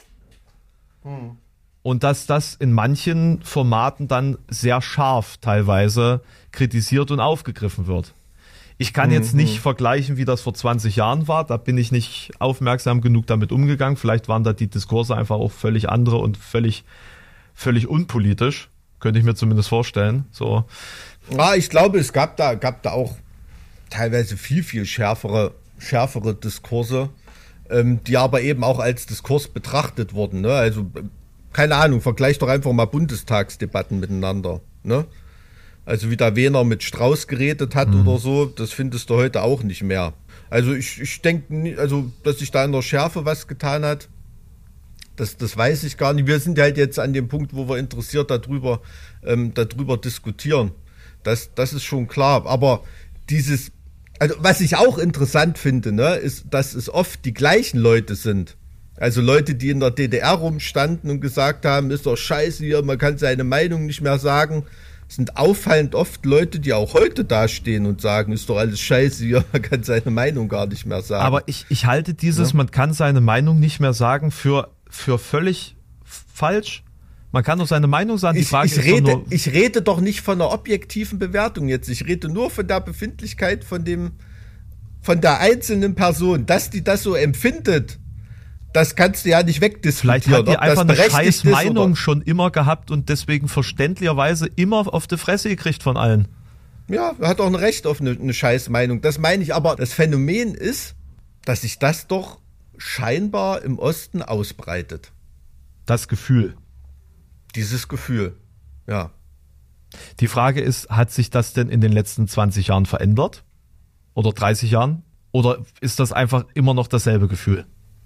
Speaker 1: Hm. Und dass das in manchen Formaten dann sehr scharf teilweise kritisiert und aufgegriffen wird. Ich kann jetzt
Speaker 3: Mhm.
Speaker 1: nicht vergleichen, wie das vor zwanzig Jahren war. Da bin ich nicht aufmerksam genug damit umgegangen. Vielleicht waren da die Diskurse einfach auch völlig andere und völlig, völlig unpolitisch. Könnte ich mir zumindest vorstellen. So.
Speaker 3: Ja, ich glaube, es gab da, gab da auch teilweise viel, viel schärfere, schärfere Diskurse, ähm, die aber eben auch als Diskurs betrachtet wurden. Ne? Also, keine Ahnung, vergleich doch einfach mal Bundestagsdebatten miteinander. Ne? Also wie da Wehner mit Strauß geredet hat mhm. oder so, das findest du heute auch nicht mehr. Also ich, ich denke, also dass sich da in der Schärfe was getan hat, das, das weiß ich gar nicht. Wir sind halt jetzt an dem Punkt, wo wir interessiert darüber, ähm, darüber diskutieren. Das, das ist schon klar. Aber dieses, also was ich auch interessant finde, ne, ist, dass es oft die gleichen Leute sind. Also Leute, die in der D D R rumstanden und gesagt haben, ist doch scheiße hier, man kann seine Meinung nicht mehr sagen. Sind auffallend oft Leute, die auch heute dastehen und sagen, ist doch alles scheiße hier, man kann seine Meinung gar nicht mehr sagen.
Speaker 1: Aber ich, ich halte dieses, ja. man kann seine Meinung nicht mehr sagen, für, für völlig falsch. Man kann doch seine Meinung sagen, die
Speaker 3: ich,
Speaker 1: Frage
Speaker 3: ich
Speaker 1: ist
Speaker 3: rede,
Speaker 1: doch nur...
Speaker 3: Ich rede doch nicht von einer objektiven Bewertung jetzt, ich rede nur von der Befindlichkeit von dem, von der einzelnen Person, dass die das so empfindet. Das kannst du ja nicht wegdiskutieren.
Speaker 1: Vielleicht hat die einfach eine scheiß Meinung
Speaker 3: oder?
Speaker 1: schon immer gehabt und deswegen verständlicherweise immer auf die Fresse gekriegt von allen.
Speaker 3: Ja, er hat auch ein Recht auf eine, eine scheiß Meinung. Das meine ich, aber das Phänomen ist, dass sich das doch scheinbar im Osten ausbreitet.
Speaker 1: Das Gefühl.
Speaker 3: Dieses Gefühl, ja.
Speaker 1: Die Frage ist, hat sich das denn in den letzten zwanzig Jahren verändert? Oder dreißig Jahren? Oder ist das einfach immer noch dasselbe Gefühl?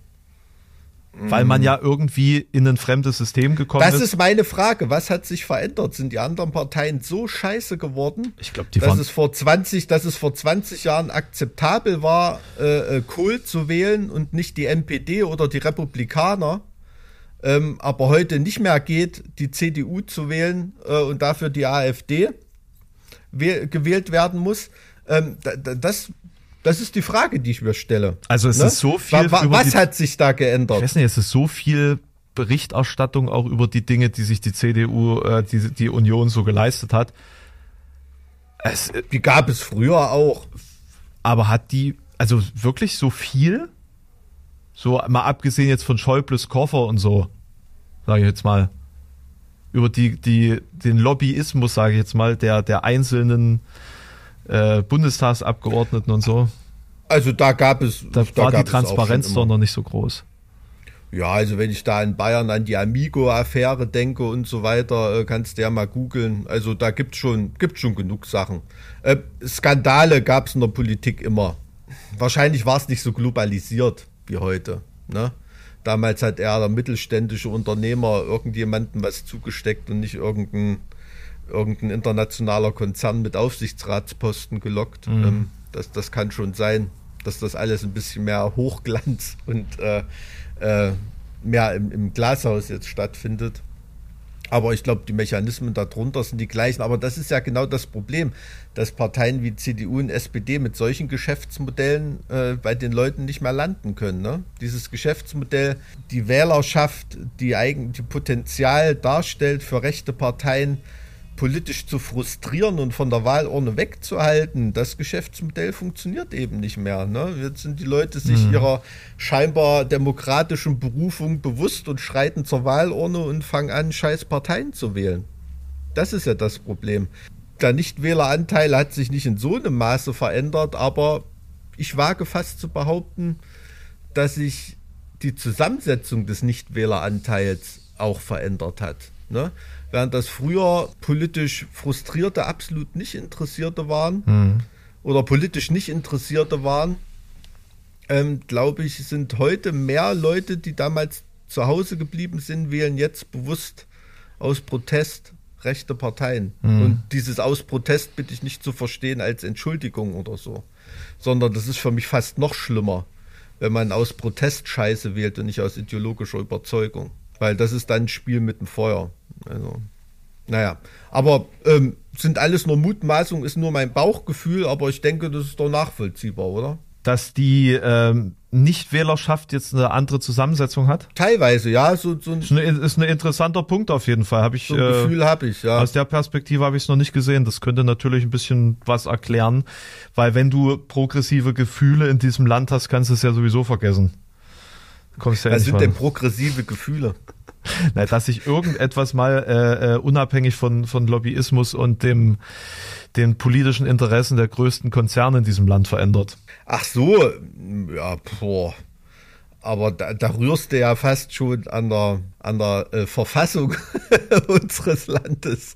Speaker 1: Weil man ja irgendwie in ein fremdes System gekommen ist.
Speaker 3: Das ist meine Frage. Was hat sich verändert? Sind die anderen Parteien so scheiße geworden,
Speaker 1: ich glaub, die
Speaker 3: dass,
Speaker 1: waren
Speaker 3: es vor zwanzig, dass es vor zwanzig Jahren akzeptabel war, äh, Kohl zu wählen und nicht die N P D oder die Republikaner, ähm, aber heute nicht mehr geht, die C D U zu wählen äh, und dafür die AfD wäh- gewählt werden muss? Ähm, das Das ist die Frage, die ich mir stelle.
Speaker 1: Also es ne? ist so viel.
Speaker 3: Was, was hat sich da geändert?
Speaker 1: Ich weiß nicht, es ist so viel Berichterstattung auch über die Dinge, die sich die C D U, äh, die, die Union so geleistet hat. Es,
Speaker 3: die gab es früher auch.
Speaker 1: Aber hat die, also wirklich so viel? So mal abgesehen jetzt von Schäubles Koffer und so, sage ich jetzt mal. Über die, die, den Lobbyismus, sage ich jetzt mal, der, der einzelnen Äh, Bundestagsabgeordneten und so.
Speaker 3: Also da gab es...
Speaker 1: Da,
Speaker 3: da
Speaker 1: war
Speaker 3: gab
Speaker 1: die Transparenz
Speaker 3: es
Speaker 1: doch noch nicht so groß.
Speaker 3: Ja, also wenn ich da in Bayern an die Amigo-Affäre denke und so weiter, kannst du ja mal googeln. Also da gibt es schon, gibt schon genug Sachen. Äh, Skandale gab es in der Politik immer. Wahrscheinlich war es nicht so globalisiert wie heute. Ne? Damals hat eher der mittelständische Unternehmer irgendjemandem was zugesteckt und nicht irgendein... irgendein internationaler Konzern mit Aufsichtsratsposten gelockt. Mhm. Ähm, das, das kann schon sein, dass das alles ein bisschen mehr Hochglanz und äh, äh, mehr im, im Glashaus jetzt stattfindet. Aber ich glaube, die Mechanismen darunter sind die gleichen. Aber das ist ja genau das Problem, dass Parteien wie C D U und S P D mit solchen Geschäftsmodellen äh, bei den Leuten nicht mehr landen können. Ne? Dieses Geschäftsmodell, die Wählerschaft, die, eigen, die Potenzial darstellt für rechte Parteien, politisch zu frustrieren und von der Wahlurne wegzuhalten, das Geschäftsmodell funktioniert eben nicht mehr. Ne? Jetzt sind die Leute sich mhm. ihrer scheinbar demokratischen Berufung bewusst und schreiten zur Wahlurne und fangen an, scheiß Parteien zu wählen. Das ist ja das Problem. Der Nichtwähleranteil hat sich nicht in so einem Maße verändert, aber ich wage fast zu behaupten, dass sich die Zusammensetzung des Nichtwähleranteils auch verändert hat. Ne? Während das früher politisch Frustrierte absolut nicht Interessierte waren mhm. oder politisch nicht Interessierte waren, ähm, glaube ich, sind heute mehr Leute, die damals zu Hause geblieben sind, wählen jetzt bewusst aus Protest rechte Parteien. Mhm. Und dieses aus Protest bitte ich nicht zu verstehen als Entschuldigung oder so, sondern das ist für mich fast noch schlimmer, wenn man aus Protest Scheiße wählt und nicht aus ideologischer Überzeugung. Weil das ist dann ein Spiel mit dem Feuer. Also, naja. Aber ähm, sind alles nur Mutmaßungen, ist nur mein Bauchgefühl, aber ich denke, das ist doch nachvollziehbar, oder?
Speaker 1: Dass die ähm, Nichtwählerschaft jetzt eine andere Zusammensetzung hat?
Speaker 3: Teilweise, ja. So, so ein,
Speaker 1: ist, eine, ist ein interessanter Punkt auf jeden Fall. Hab ich,
Speaker 3: so ein äh, Gefühl habe ich, ja.
Speaker 1: Aus der Perspektive habe ich es noch nicht gesehen. Das könnte natürlich ein bisschen was erklären, weil wenn du progressive Gefühle in diesem Land hast, kannst du es ja sowieso vergessen.
Speaker 3: Kommst ja was sind denn progressive Gefühle?
Speaker 1: Na, dass sich irgendetwas mal äh, unabhängig von, von Lobbyismus und dem, den politischen Interessen der größten Konzerne in diesem Land verändert.
Speaker 3: Ach so, ja, boah. Aber da, da rührst du ja fast schon an der, an der äh, Verfassung unseres Landes.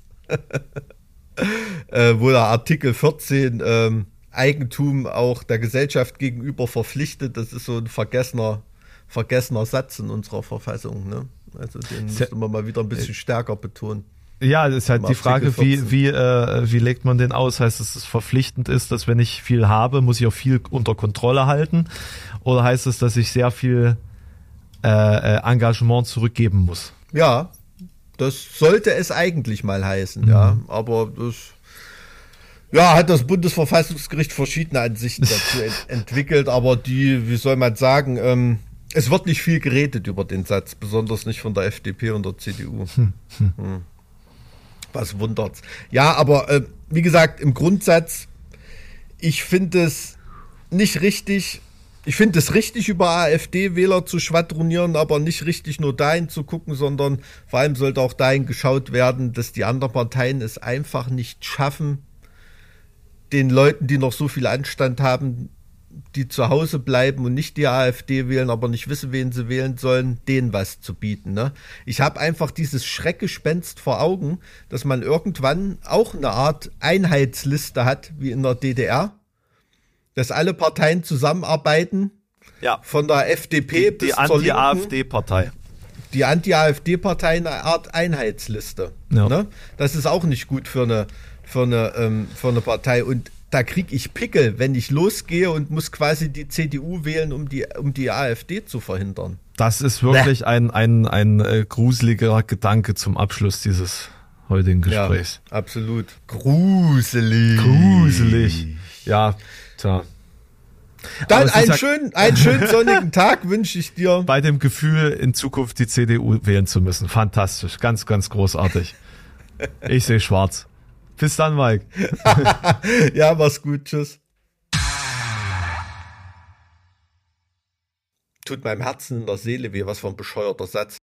Speaker 3: äh, wo der Artikel vierzehn ähm, Eigentum auch der Gesellschaft gegenüber verpflichtet. Das ist so ein vergessener, vergessener Satz in unserer Verfassung, ne? Also den müsste man mal wieder ein bisschen stärker betonen.
Speaker 1: Ja, das ist halt die Frage, wie, wie, äh, wie legt man den aus? Heißt es, dass es verpflichtend ist, dass wenn ich viel habe, muss ich auch viel unter Kontrolle halten? Oder heißt es, dass ich sehr viel äh, Engagement zurückgeben muss?
Speaker 3: Ja, das sollte es eigentlich mal heißen, mhm. ja. Aber das ja, hat das Bundesverfassungsgericht verschiedene Ansichten dazu ent- entwickelt, aber die, wie soll man sagen, ähm, es wird nicht viel geredet über den Satz, besonders nicht von der F D P und der C D U. Hm, hm. Hm. Was wundert's. Ja, aber äh, wie gesagt, im Grundsatz, ich finde es nicht richtig, ich finde es richtig, über AfD-Wähler zu schwadronieren, aber nicht richtig nur dahin zu gucken, sondern vor allem sollte auch dahin geschaut werden, dass die anderen Parteien es einfach nicht schaffen, den Leuten, die noch so viel Anstand haben, die zu Hause bleiben und nicht die AfD wählen, aber nicht wissen, wen sie wählen sollen, denen was zu bieten. Ne? Ich habe einfach dieses Schreckgespenst vor Augen, dass man irgendwann auch eine Art Einheitsliste hat, wie in der D D R, dass alle Parteien zusammenarbeiten,
Speaker 1: ja.
Speaker 3: Von der F D P
Speaker 1: die,
Speaker 3: bis
Speaker 1: die
Speaker 3: zur Linken.
Speaker 1: Die Anti-AfD-Partei.
Speaker 3: Die Anti-AfD-Partei eine Art Einheitsliste. Ja. Ne? Das ist auch nicht gut für eine, für eine, ähm, für eine Partei. Und da kriege ich Pickel, wenn ich losgehe und muss quasi die C D U wählen, um die, um die AfD zu verhindern.
Speaker 1: Das ist wirklich nee. ein, ein, ein äh, gruseliger Gedanke zum Abschluss dieses heutigen Gesprächs.
Speaker 3: Ja, absolut. Gruselig.
Speaker 1: Gruselig. Ja, tja.
Speaker 3: Dann einen, ja schönen, einen schönen sonnigen Tag wünsche ich dir.
Speaker 1: Bei dem Gefühl, in Zukunft die C D U wählen zu müssen. Fantastisch. Ganz, ganz großartig. Ich sehe schwarz. Bis dann, Mike.
Speaker 3: Ja, mach's gut. Tschüss. Tut meinem Herzen in der Seele weh, was für ein bescheuerter Satz.